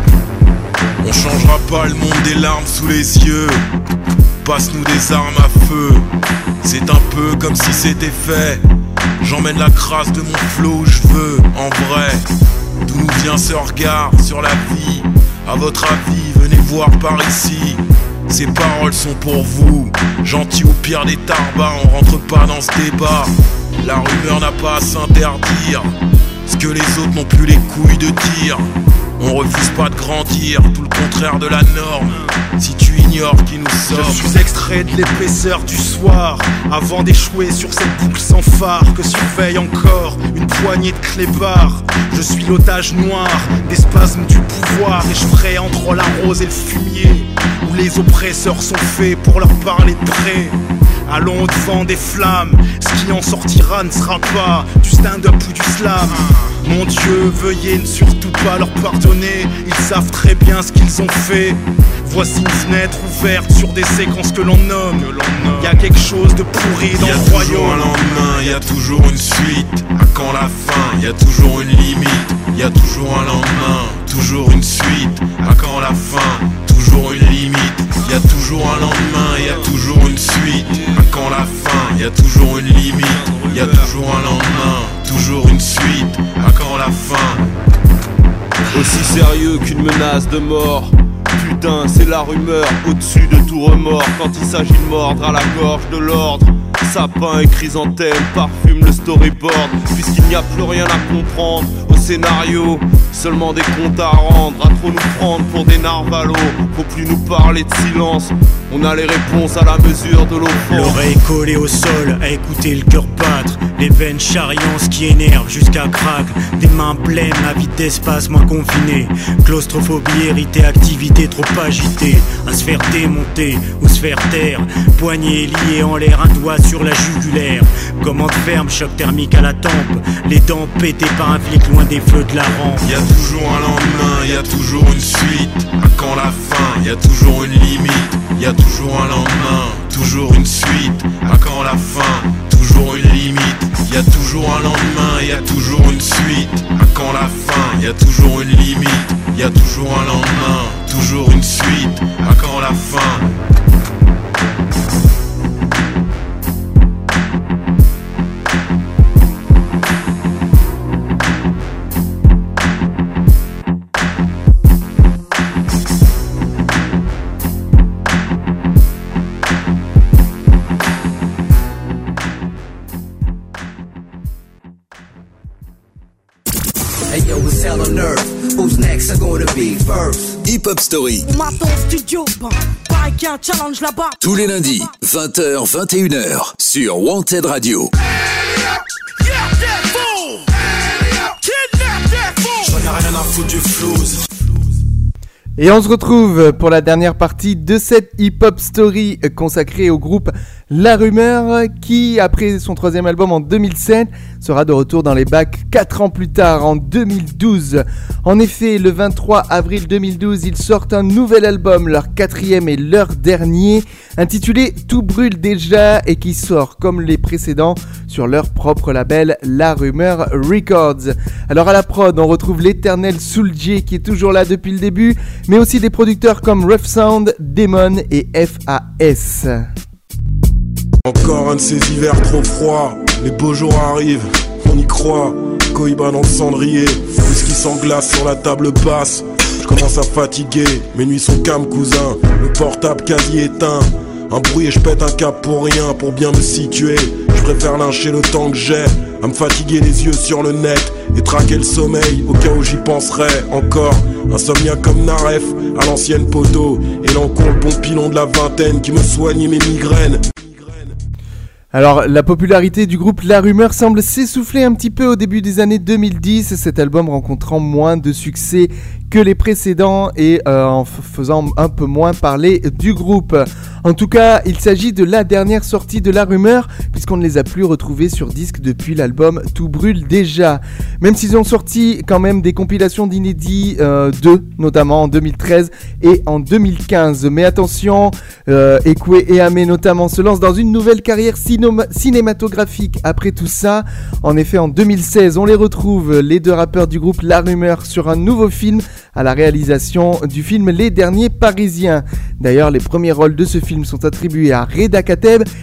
S5: On changera pas le monde des larmes sous les yeux. Passe-nous des armes à feu. C'est un peu comme si c'était fait. J'emmène la crasse de mon flow où je veux. En vrai, d'où nous vient ce regard sur la vie? À votre avis, venez voir par ici. Ces paroles sont pour vous, gentils ou pire des tarbas, on rentre pas dans ce débat. La rumeur n'a pas à s'interdire, ce que les autres n'ont plus les couilles de dire. On refuse pas de grandir, tout le contraire de la norme. Si tu ignores qui nous sommes.
S6: Je suis extrait de l'épaisseur du soir, avant d'échouer sur cette boucle sans phare que surveille encore une poignée de clébards. Je suis l'otage noir des spasmes du pouvoir, et je ferai entre la rose et le fumier, où les oppresseurs sont faits pour leur parler de près. Allons au-devant des flammes, ce qui en sortira ne sera pas du stand-up ou du slam. Mon Dieu, veuillez ne surtout pas leur pardonner, ils savent très bien ce qu'ils ont fait. Voici une fenêtre ouverte sur des séquences que l'on nomme. Y'a quelque chose de pourri dans le royaume.
S5: Y'a toujours un lendemain, y'a toujours une suite. À quand la fin, y'a toujours une limite. Y'a toujours un lendemain, toujours une suite. À quand la fin, toujours une limite. Y'a toujours un lendemain, y'a toujours une suite. À quand la fin, y'a toujours une limite. Y'a toujours un lendemain, toujours une suite. À quand la fin?
S8: Aussi sérieux qu'une menace de mort. Putain, c'est la rumeur au-dessus de tout remords. Quand il s'agit de mordre à la gorge de l'ordre, sapin et chrysanthème parfument le storyboard. Puisqu'il n'y a plus rien à comprendre au scénario, seulement des comptes à rendre. À trop nous prendre pour des narvalos, faut plus nous parler de silence. On a les réponses à la mesure de l'offense.
S9: L'oreille collée au sol, à écouter le cœur battre. Les veines charriant, ce qui énerve jusqu'à craque. Des mains blêmes, à vide d'espace moins confiné. Claustrophobie, héritée, activité trop agitée. À se faire démonter ou se faire taire. Poignet lié en l'air, un doigt sur la jugulaire. Commande ferme, choc thermique à la tempe. Les dents pétées par un flic loin des feux de la rampe.
S5: Y'a toujours un lendemain, y'a toujours une suite. À quand la fin, y'a toujours une limite. Y'a toujours un lendemain, toujours une suite. À quand la fin, toujours une limite. Y'a toujours un lendemain, y'a toujours une suite. À quand la fin, y'a toujours une limite. Y'a toujours un lendemain, toujours une suite. À quand la fin?
S2: Hip Hop Story.
S3: Studio, bon, pareil qu'il y a un challenge là-bas.
S2: Tous les lundis, vingt heures, vingt et une heures, sur Wanted Radio.
S6: J'en ai rien à foutre du flouze.
S4: Et on se retrouve pour la dernière partie de cette Hip Hop Story consacrée au groupe La Rumeur qui, après son troisième album en deux mille sept, sera de retour dans les bacs quatre ans plus tard, en deux mille douze. En effet, le vingt-trois avril deux mille douze, ils sortent un nouvel album, leur quatrième et leur dernier, intitulé Tout brûle déjà et qui sort, comme les précédents, sur leur propre label La Rumeur Records. Alors à la prod, on retrouve l'éternel Soul J qui est toujours là depuis le début, mais aussi des producteurs comme Rough Sound, Demon et F A S.
S5: Encore un de ces hivers trop froids, les beaux jours arrivent, on y croit. Cohiba dans le cendrier, whisky sans glace sur la table basse. Je commence à fatiguer, mes nuits sont calmes cousin, le portable quasi éteint. Un bruit et je pète un cap pour rien, pour bien me situer. Je préfère lyncher le temps que j'ai, à me fatiguer les yeux sur le net et traquer le sommeil au cas où j'y penserais encore. Insomnia comme Naref, à l'ancienne poteau, et l'encourt le bon pilon de la vingtaine qui me soigne mes migraines.
S4: Alors, la popularité du groupe La Rumeur semble s'essouffler un petit peu au début des années deux mille dix, cet album rencontrant moins de succès que les précédents et euh, en f- faisant un peu moins parler du groupe. En tout cas, il s'agit de la dernière sortie de La Rumeur, puisqu'on ne les a plus retrouvés sur disque depuis l'album Tout brûle déjà. Même s'ils ont sorti quand même des compilations d'inédits, euh, deux notamment en deux mille treize et en deux mille quinze. Mais attention, euh, Ekwe et Amé notamment se lancent dans une nouvelle carrière cinéma- cinématographique après tout ça. En effet, en deux mille seize, on les retrouve, les deux rappeurs du groupe La Rumeur, sur un nouveau film à la réalisation du film Les Derniers Parisiens. D'ailleurs, les premiers rôles de ce film sont attribués à Reda Kateb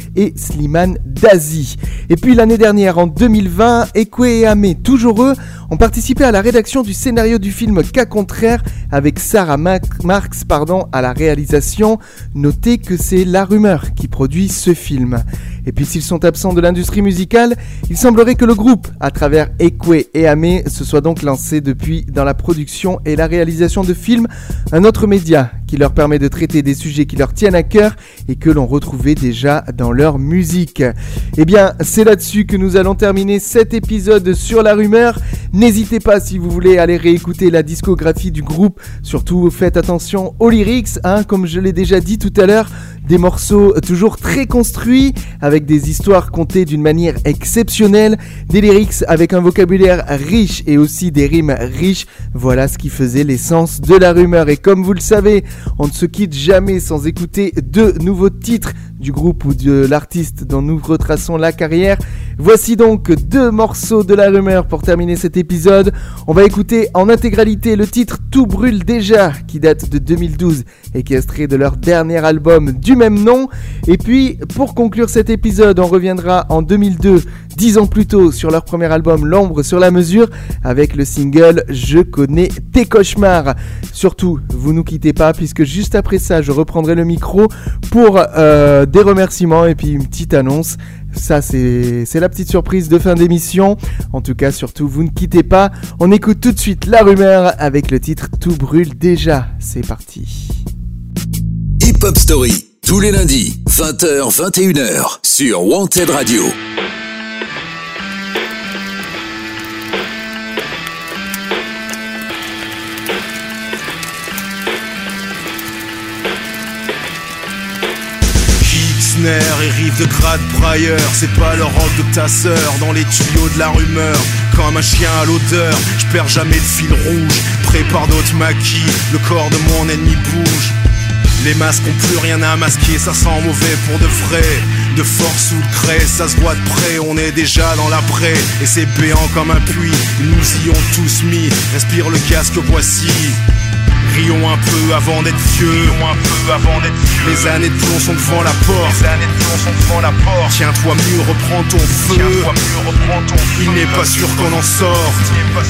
S4: et Slimane Dazi. Et puis l'année dernière, en deux mille vingt, Ekwe et Amé, toujours eux, ont participé à la rédaction du scénario du film Cas contraire avec Sarah Marx pardon, à la réalisation. Notez que c'est La Rumeur qui produit ce film. Et puis s'ils sont absents de l'industrie musicale, il semblerait que le groupe, à travers Ekwe et Amé, se soit donc lancé depuis dans la production et la réalisation de films, un autre média qui leur permet de traiter des sujets qui leur tiennent à cœur et que l'on retrouvait déjà dans leur musique. Eh bien, c'est là-dessus que nous allons terminer cet épisode sur La Rumeur. N'hésitez pas, si vous voulez, aller réécouter la discographie du groupe. Surtout, faites attention aux lyrics, hein, comme je l'ai déjà dit tout à l'heure. Des morceaux toujours très construits, avec des histoires contées d'une manière exceptionnelle, des lyrics avec un vocabulaire riche et aussi des rimes riches. Voilà ce qui faisait l'essence de La Rumeur. Et comme vous le savez, on ne se quitte jamais sans écouter deux nouveaux titres du groupe ou de l'artiste dont nous retraçons la carrière. Voici donc deux morceaux de La Rumeur pour terminer cet épisode. On va écouter en intégralité le titre Tout brûle déjà, qui date de deux mille douze et qui est extrait de leur dernier album du même nom. Et puis, pour conclure cet épisode, on reviendra en deux mille deux, dix ans plus tôt, sur leur premier album L'ombre sur la mesure, avec le single Je connais tes cauchemars. Surtout, vous nous quittez pas, puisque juste après ça, je reprendrai le micro pour euh, des remerciements et puis une petite annonce. Ça, c'est, c'est la petite surprise de fin d'émission. En tout cas, surtout, vous ne quittez pas. On écoute tout de suite La Rumeur avec le titre Tout brûle déjà. C'est parti.
S2: Hip Hop Story, tous les lundis, vingt heures vingt et une heures, sur Wanted Radio.
S6: Et rive de grade brailleur, c'est pas le rock de ta sœur dans les tuyaux de La Rumeur. Comme un chien à l'odeur, je perds jamais le fil rouge. Prépare d'autres maquis, le corps de mon ennemi bouge. Les masques ont plus rien à masquer, ça sent mauvais pour de vrai. De force ou de craie, ça se voit de près, on est déjà dans l'après. Et c'est béant comme un puits, ils nous y ont tous mis. Respire le casque, voici. Rions un peu avant d'être vieux. Rions un peu avant d'être vieux. Les années de plomb sont devant la porte. Les années de plomb sont devant la porte. Tiens-toi mieux, reprends ton feu. Tiens-toi mieux, reprends ton feu. Il n'est pas sûr qu'on en sorte.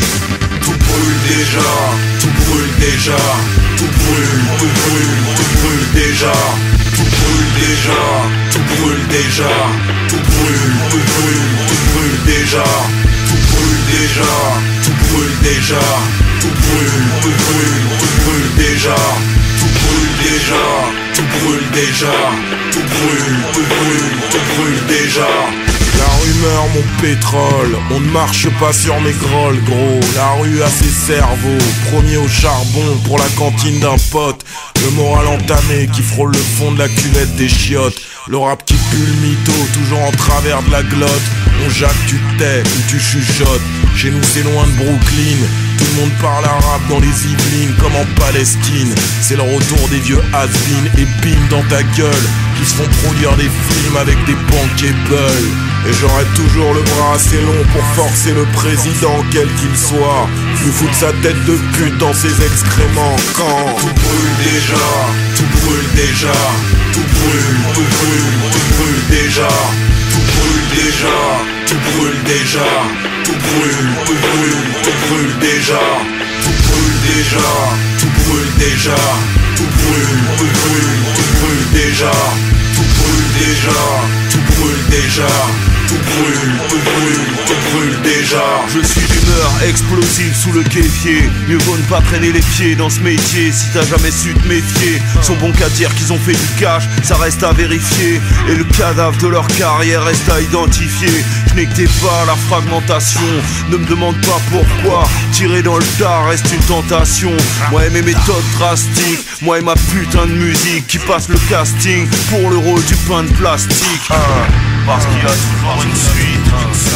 S6: Tout brûle déjà, tout brûle déjà. Tout brûle, tout brûle, tout brûle déjà. Tout brûle déjà, tout brûle déjà. Tout brûle, tout brûle, tout brûle déjà. Tout brûle déjà, tout brûle déjà. Tout brûle, tout brûle, tout brûle déjà. Tout brûle déjà, tout brûle déjà. Tout brûle, tout brûle, tout brûle déjà. La rumeur, mon pétrole, on ne marche pas sur mes grolles, gros. La rue a ses cerveaux, premier au charbon pour la cantine d'un pote. Le moral entamé qui frôle le fond de la cuvette des chiottes. Le rap qui pue le mytho, toujours en travers de la glotte. On jacque, tu tais ou tu chuchotes. Chez nous c'est loin de Brooklyn. Tout le monde parle arabe dans les Yvelines comme en Palestine. C'est le retour des vieux has-been et bim dans ta gueule, qui se font produire des films avec des bankable. Et j'aurai toujours le bras assez long pour forcer le président, quel qu'il soit, nous foutre sa tête de pute dans ses excréments. Quand tout brûle déjà, tout brûle déjà. Tout brûle, tout brûle, tout brûle déjà. Tout brûle déjà, tout brûle déjà. Tout brûle, tout brûle, tout brûle déjà. Tout brûle déjà, tout brûle déjà. Tout brûle, tout brûle, tout brûle déjà. Tout brûle déjà, tout brûle déjà. Tout brûle, tout brûle, tout brûle déjà. Je suis d'humeur explosive sous le kéfier. Mieux vaut ne pas traîner les pieds dans ce métier. Si t'as jamais su te méfier, sont bons qu'à dire qu'ils ont fait du cash, ça reste à vérifier. Et le cadavre de leur carrière reste à identifier. Je n'ai que tes pas la fragmentation. Ne me demande pas pourquoi. Tirer dans le tas reste une tentation. Moi et mes méthodes drastiques, moi et ma putain de musique qui passe le casting pour le rôle du pain de plastique. ah. Parce qu'il y a toujours une suite.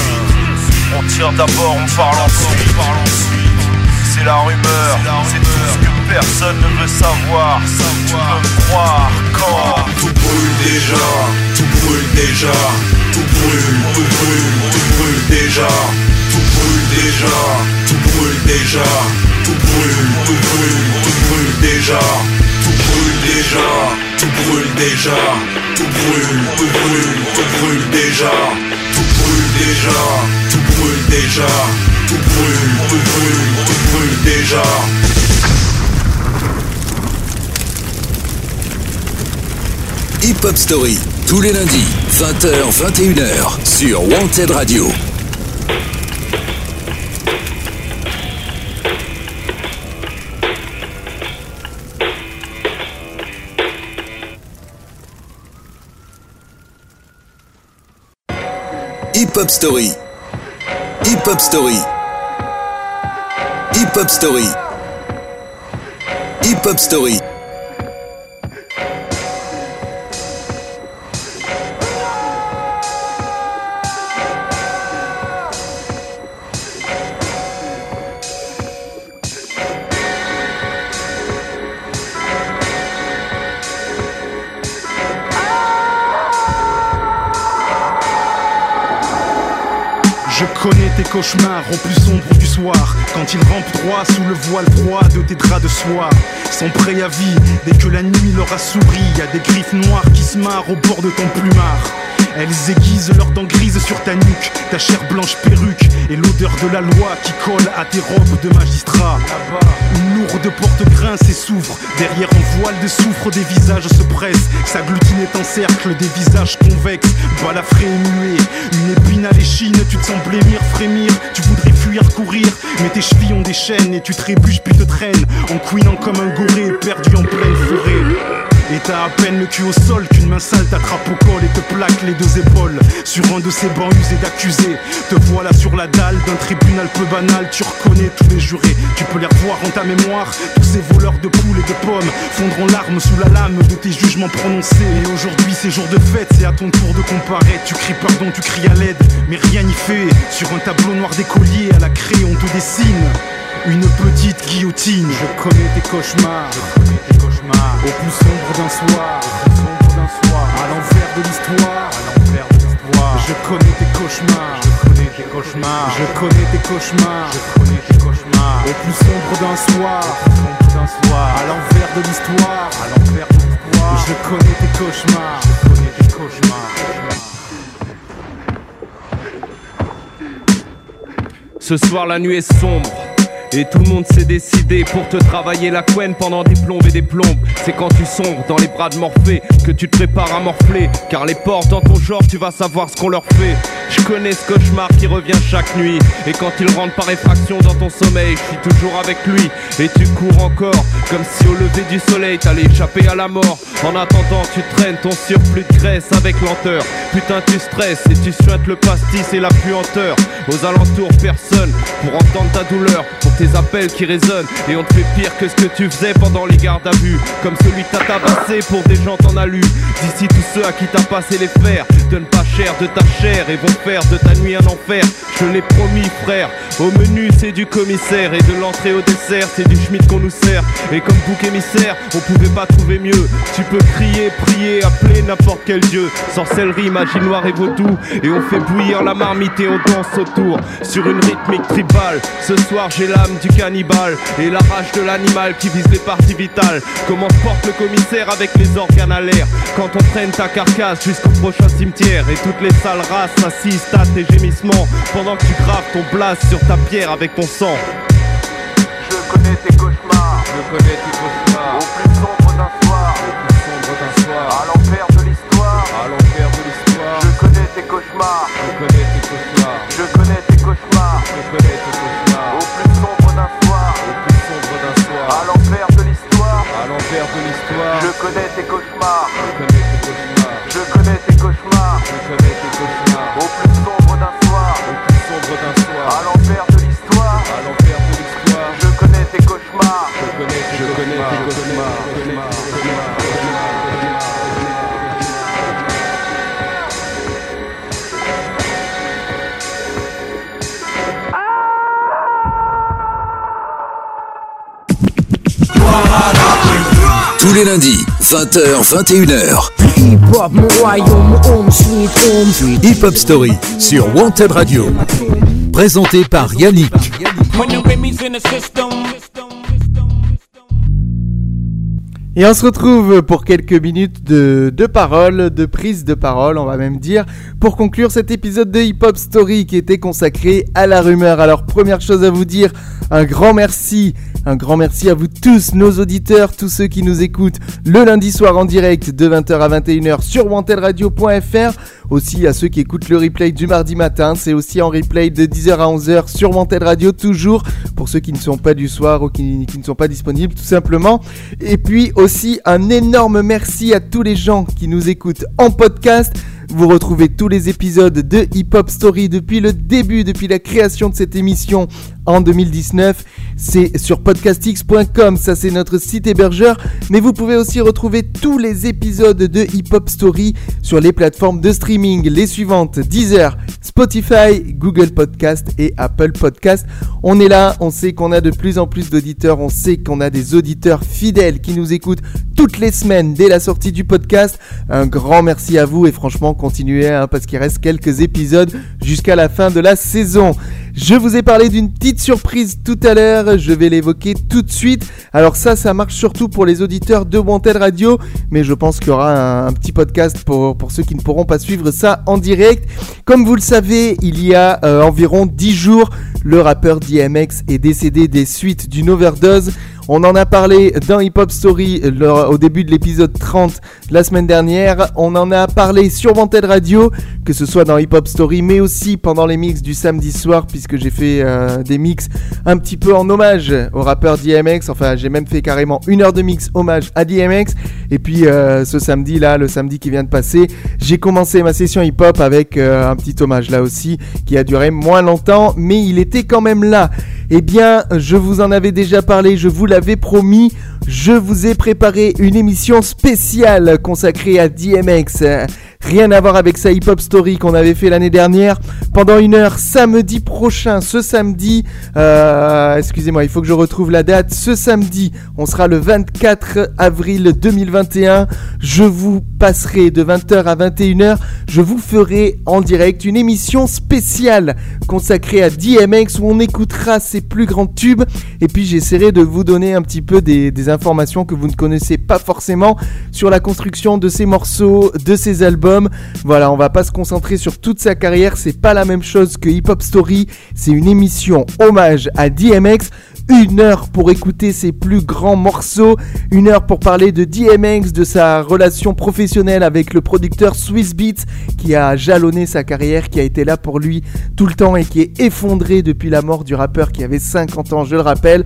S6: On tire d'abord, on parle ensuite. C'est la rumeur, c'est tout ce que personne ne veut savoir. Tu peux me croire quand tout brûle déjà, tout brûle déjà. Tout brûle, tout brûle, tout brûle déjà. Tout brûle déjà, tout brûle déjà. Tout brûle, tout brûle, tout brûle déjà. Tout brûle déjà,
S5: tout brûle déjà. Tout brûle, tout brûle, tout brûle déjà. Tout brûle déjà, tout brûle déjà. Tout brûle, tout brûle, tout brûle déjà.
S2: Hip Hop Story, tous les lundis, vingt heures vingt et une heures, sur Wanted Radio. Hip Hop Story. Hip Hop Story. Hip Hop Story. Hip Hop Story.
S6: Je connais tes cauchemars au plus sombre du soir, quand ils rampent droit sous le voile froid de tes draps de soie. Sans préavis, dès que la nuit leur a souri, y a des griffes noires qui se marrent au bord de ton plumard. Elles aiguisent leurs dents grises sur ta nuque, ta chair blanche perruque et l'odeur de la loi qui colle à tes robes de magistrat. Là-bas, une lourde porte grince et s'ouvre, derrière un voile de soufre des visages se pressent, s'agglutinent et encerclent des visages convexes, balafrés et muets. Une épine à l'échine, tu te sens blêmir, frémir, tu voudrais fuir, courir, mais tes chevilles ont des chaînes et tu trébuches puis te traînes, en couinant comme un goré perdu en pleine forêt. Et t'as à peine le cul au sol qu'une main sale t'attrape au col et te plaque les deux épaules sur un de ces bancs usés d'accusés. Te voilà sur la dalle d'un tribunal peu banal, tu reconnais tous les jurés. Tu peux les revoir en ta mémoire, tous ces voleurs de poules et de pommes fondront larmes sous la lame de tes jugements prononcés. Et aujourd'hui c'est jour de fête, c'est à ton tour de comparaître. Tu cries pardon, tu cries à l'aide, mais rien n'y fait. Sur un tableau noir d'écolier à la craie on te dessine une petite guillotine. Je connais tes cauchemars, je connais tes cauchemars. Au plus sombre d'un soir, au plus sombre d'un soir. À l'envers de l'histoire, à l'envers de l'histoire. Je connais tes cauchemars, je connais tes cauchemars. Je connais tes cauchemars, je connais tes cauchemars. Au plus sombre d'un soir, au plus sombre d'un soir. À l'envers de l'histoire, à l'envers de l'histoire. Je connais tes cauchemars, je connais tes cauchemars.
S8: Ce soir la nuit est sombre et tout le monde s'est décidé pour te travailler la couenne pendant des plombes et des plombes. C'est quand tu sombres dans les bras de Morphée que tu te prépares à morfler, car les porcs dans ton genre tu vas savoir ce qu'on leur fait. Je connais ce cauchemar qui revient chaque nuit, et quand il rentre par effraction dans ton sommeil, je suis toujours avec lui et tu cours encore, comme si au lever du soleil t'allais échapper à la mort. En attendant tu traînes ton surplus de graisse avec lenteur. Putain tu stresses et tu suintes le pastis et la puanteur. Aux alentours personne pour entendre ta douleur, pour tes appels qui résonnent, et on te fait pire que ce que tu faisais pendant les gardes à vue, comme celui que t'as tabassé pour des gens t'en a lu. D'ici tous ceux à qui t'as passé les fers donnent pas cher de ta chair et vont faire de ta nuit un enfer. Je l'ai promis frère, au menu c'est du commissaire, et de l'entrée au dessert c'est du schmitt qu'on nous sert. Et comme bouc émissaire on pouvait pas trouver mieux. Tu peux crier, prier, appeler n'importe quel dieu, sorcellerie, magie noire et vaudou, et on fait bouillir la marmite et on danse autour sur une rythmique tribale. Ce soir j'ai l'âme du cannibale et la rage de l'animal qui vise les parties vitales. Comment se porte le commissaire avec les organes à l'air quand on traîne ta carcasse jusqu'au prochain cimetière, et toutes les sales races assistent à tes gémissements pendant que tu graves ton blast sur ta pierre avec ton sang.
S10: Je connais tes cauchemars,
S8: je connais tes cauchemars.
S10: Au plus sombre d'un soir,
S8: au plus sombre d'un soir.
S10: À l'envers de l'histoire,
S8: à l'envers de l'histoire.
S10: Je connais tes cauchemars,
S8: je connais tes cauchemars.
S10: Je connais tes cauchemars,
S8: je connais tes cauchemars.
S10: Au plus sombre d'un soir,
S8: au plus sombre d'un soir.
S10: À l'envers de l'histoire,
S8: à l'envers de l'histoire.
S10: Je connais tes cauchemars,
S8: je connais tes cauchemars.
S10: Je connais tes cauchemars,
S8: je connais tes cauchemars.
S10: Au plus sombre d'un soir,
S8: au plus sombre d'un soir.
S10: À l'envers de l'histoire,
S8: à l'envers de l'histoire.
S10: Je connais tes cauchemars,
S8: je connais tes
S10: je
S8: connais tes cauchemars.
S2: Tous les lundis, vingt heures vingt et une heures. Hip Hop Story sur Wanted Radio. Présenté par Yannick.
S4: Et on se retrouve pour quelques minutes de, de parole, de prise de parole, on va même dire, pour conclure cet épisode de Hip Hop Story qui était consacré à la rumeur. Alors, première chose à vous dire, un grand merci, un grand merci à vous tous, nos auditeurs, tous ceux qui nous écoutent le lundi soir en direct de vingt heures à vingt et une heures sur wanted radio point f r, aussi à ceux qui écoutent le replay du mardi matin, c'est aussi en replay de dix heures à onze heures sur Wanted Radio, toujours pour ceux qui ne sont pas du soir ou qui, qui ne sont pas disponibles tout simplement. Et puis aussi un énorme merci à tous les gens qui nous écoutent en podcast. Vous retrouvez tous les épisodes de Hip Hop Story depuis le début, depuis la création de cette émission en deux mille dix-neuf. C'est sur podcastx point com, ça c'est notre site hébergeur. Mais vous pouvez aussi retrouver tous les épisodes de Hip Hop Story sur les plateformes de streaming, les suivantes: Deezer, Spotify, Google Podcast et Apple Podcast. On est là, on sait qu'on a de plus en plus d'auditeurs, on sait qu'on a des auditeurs fidèles qui nous écoutent toutes les semaines dès la sortie du podcast. Un grand merci à vous et franchement continuez hein, parce qu'il reste quelques épisodes jusqu'à la fin de la saison. Je vous ai parlé d'une petite surprise tout à l'heure, je vais l'évoquer tout de suite. Alors ça, ça marche surtout pour les auditeurs de Wanted Radio, mais je pense qu'il y aura un, un petit podcast pour, pour ceux qui ne pourront pas suivre ça en direct. Comme vous le savez, il y a euh, environ dix jours, le rappeur D M X est décédé des suites d'une overdose. On en a parlé dans Hip Hop Story le, au début de l'épisode trente la semaine dernière. On en a parlé sur Wanted Radio, que ce soit dans Hip Hop Story, mais aussi pendant les mix du samedi soir, puisque j'ai fait euh, des mix un petit peu en hommage au rappeur D M X. Enfin, j'ai même fait carrément une heure de mix hommage à D M X. Et puis euh, ce samedi-là, le samedi qui vient de passer, j'ai commencé ma session hip-hop avec euh, un petit hommage là aussi, qui a duré moins longtemps, mais il était quand même là. Eh bien, je vous en avais déjà parlé, je vous l'avais promis, je vous ai préparé une émission spéciale consacrée à D M X. Rien à voir avec sa Hip Hop Story qu'on avait fait l'année dernière. Pendant une heure, samedi prochain, ce samedi, euh, excusez-moi, il faut que je retrouve la date. Ce samedi, on sera le vingt-quatre avril deux mille vingt et un. Je vous passerai de vingt heures à vingt et une heures. Je vous ferai en direct une émission spéciale consacrée à D M X où on écoutera ses plus grands tubes. Et puis j'essaierai de vous donner un petit peu des, des informations que vous ne connaissez pas forcément sur la construction de ses morceaux, de ses albums. Voilà, on va pas se concentrer sur toute sa carrière, c'est pas la même chose que Hip Hop Story, c'est une émission hommage à D M X. Une heure pour écouter ses plus grands morceaux, une heure pour parler de D M X, de sa relation professionnelle avec le producteur Swizz Beatz qui a jalonné sa carrière, qui a été là pour lui tout le temps et qui est effondré depuis la mort du rappeur qui avait cinquante ans, je le rappelle.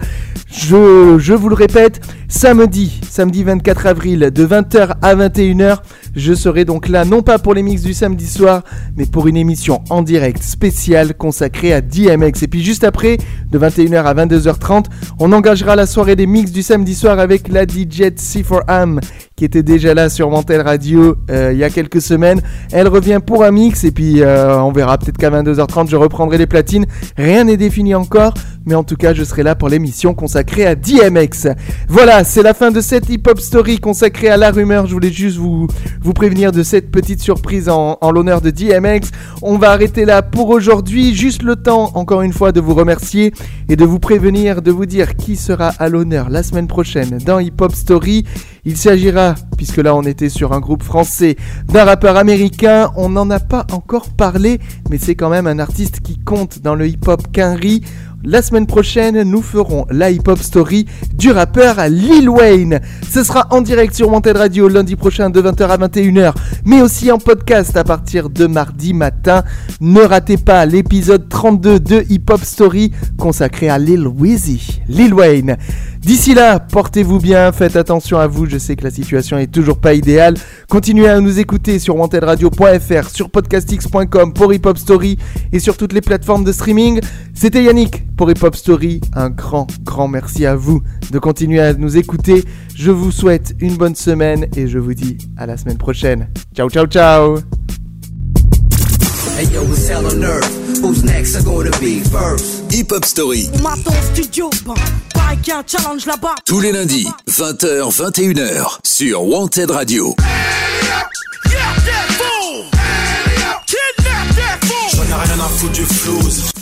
S4: Je, je vous le répète, samedi, samedi vingt-quatre avril de vingt heures à vingt et une heures, je serai donc là non pas pour les mix du samedi soir, mais pour une émission en direct spéciale consacrée à D M X. Et puis juste après, de vingt et une heures à vingt-deux heures trente, on engagera la soirée des mix du samedi soir avec la D J C quatre Am qui était déjà là sur Wanted Radio euh, il y a quelques semaines. Elle revient pour un mix et puis euh, on verra peut-être qu'à vingt-deux heures trente je reprendrai les platines. Rien n'est défini encore, mais en tout cas je serai là pour l'émission consacrée à D M X. Voilà, c'est la fin de cette Hip Hop Story consacrée à la rumeur. Je voulais juste vous, vous prévenir de cette petite surprise en, en l'honneur de D M X. On va arrêter là pour aujourd'hui, juste le temps encore une fois de vous remercier et de vous prévenir, de vous dire qui sera à l'honneur la semaine prochaine dans Hip Hop Story. Il s'agira, puisque là on était sur un groupe français, d'un rappeur américain. On n'en a pas encore parlé, mais c'est quand même un artiste qui compte dans le hip-hop quinri. La semaine prochaine, nous ferons la Hip Hop Story du rappeur Lil Wayne. Ce sera en direct sur Wanted Radio lundi prochain de vingt heures à vingt et une heures, mais aussi en podcast à partir de mardi matin. Ne ratez pas l'épisode trente-deux de Hip Hop Story consacré à Lil Weezy, Lil Wayne. D'ici là, portez-vous bien, faites attention à vous, je sais que la situation est toujours pas idéale. Continuez à nous écouter sur wanted radio point f r, sur podcastx point com pour Hip Hop Story et sur toutes les plateformes de streaming. C'était Yannick pour Hip Hop Story, un grand, grand merci à vous de continuer à nous écouter. Je vous souhaite une bonne semaine et je vous dis à la semaine prochaine. Ciao, ciao, ciao.
S1: Hey yo, it's hell on earth. Who's next are gonna be first?
S2: Hip Hop Story.
S3: On m'attend au studio, bah, pareil qu'il y a un challenge là-bas.
S2: Tous les lundis, vingt heures, vingt et une heures, sur Wanted Radio.
S7: J'en ai rien à foutre du flouze.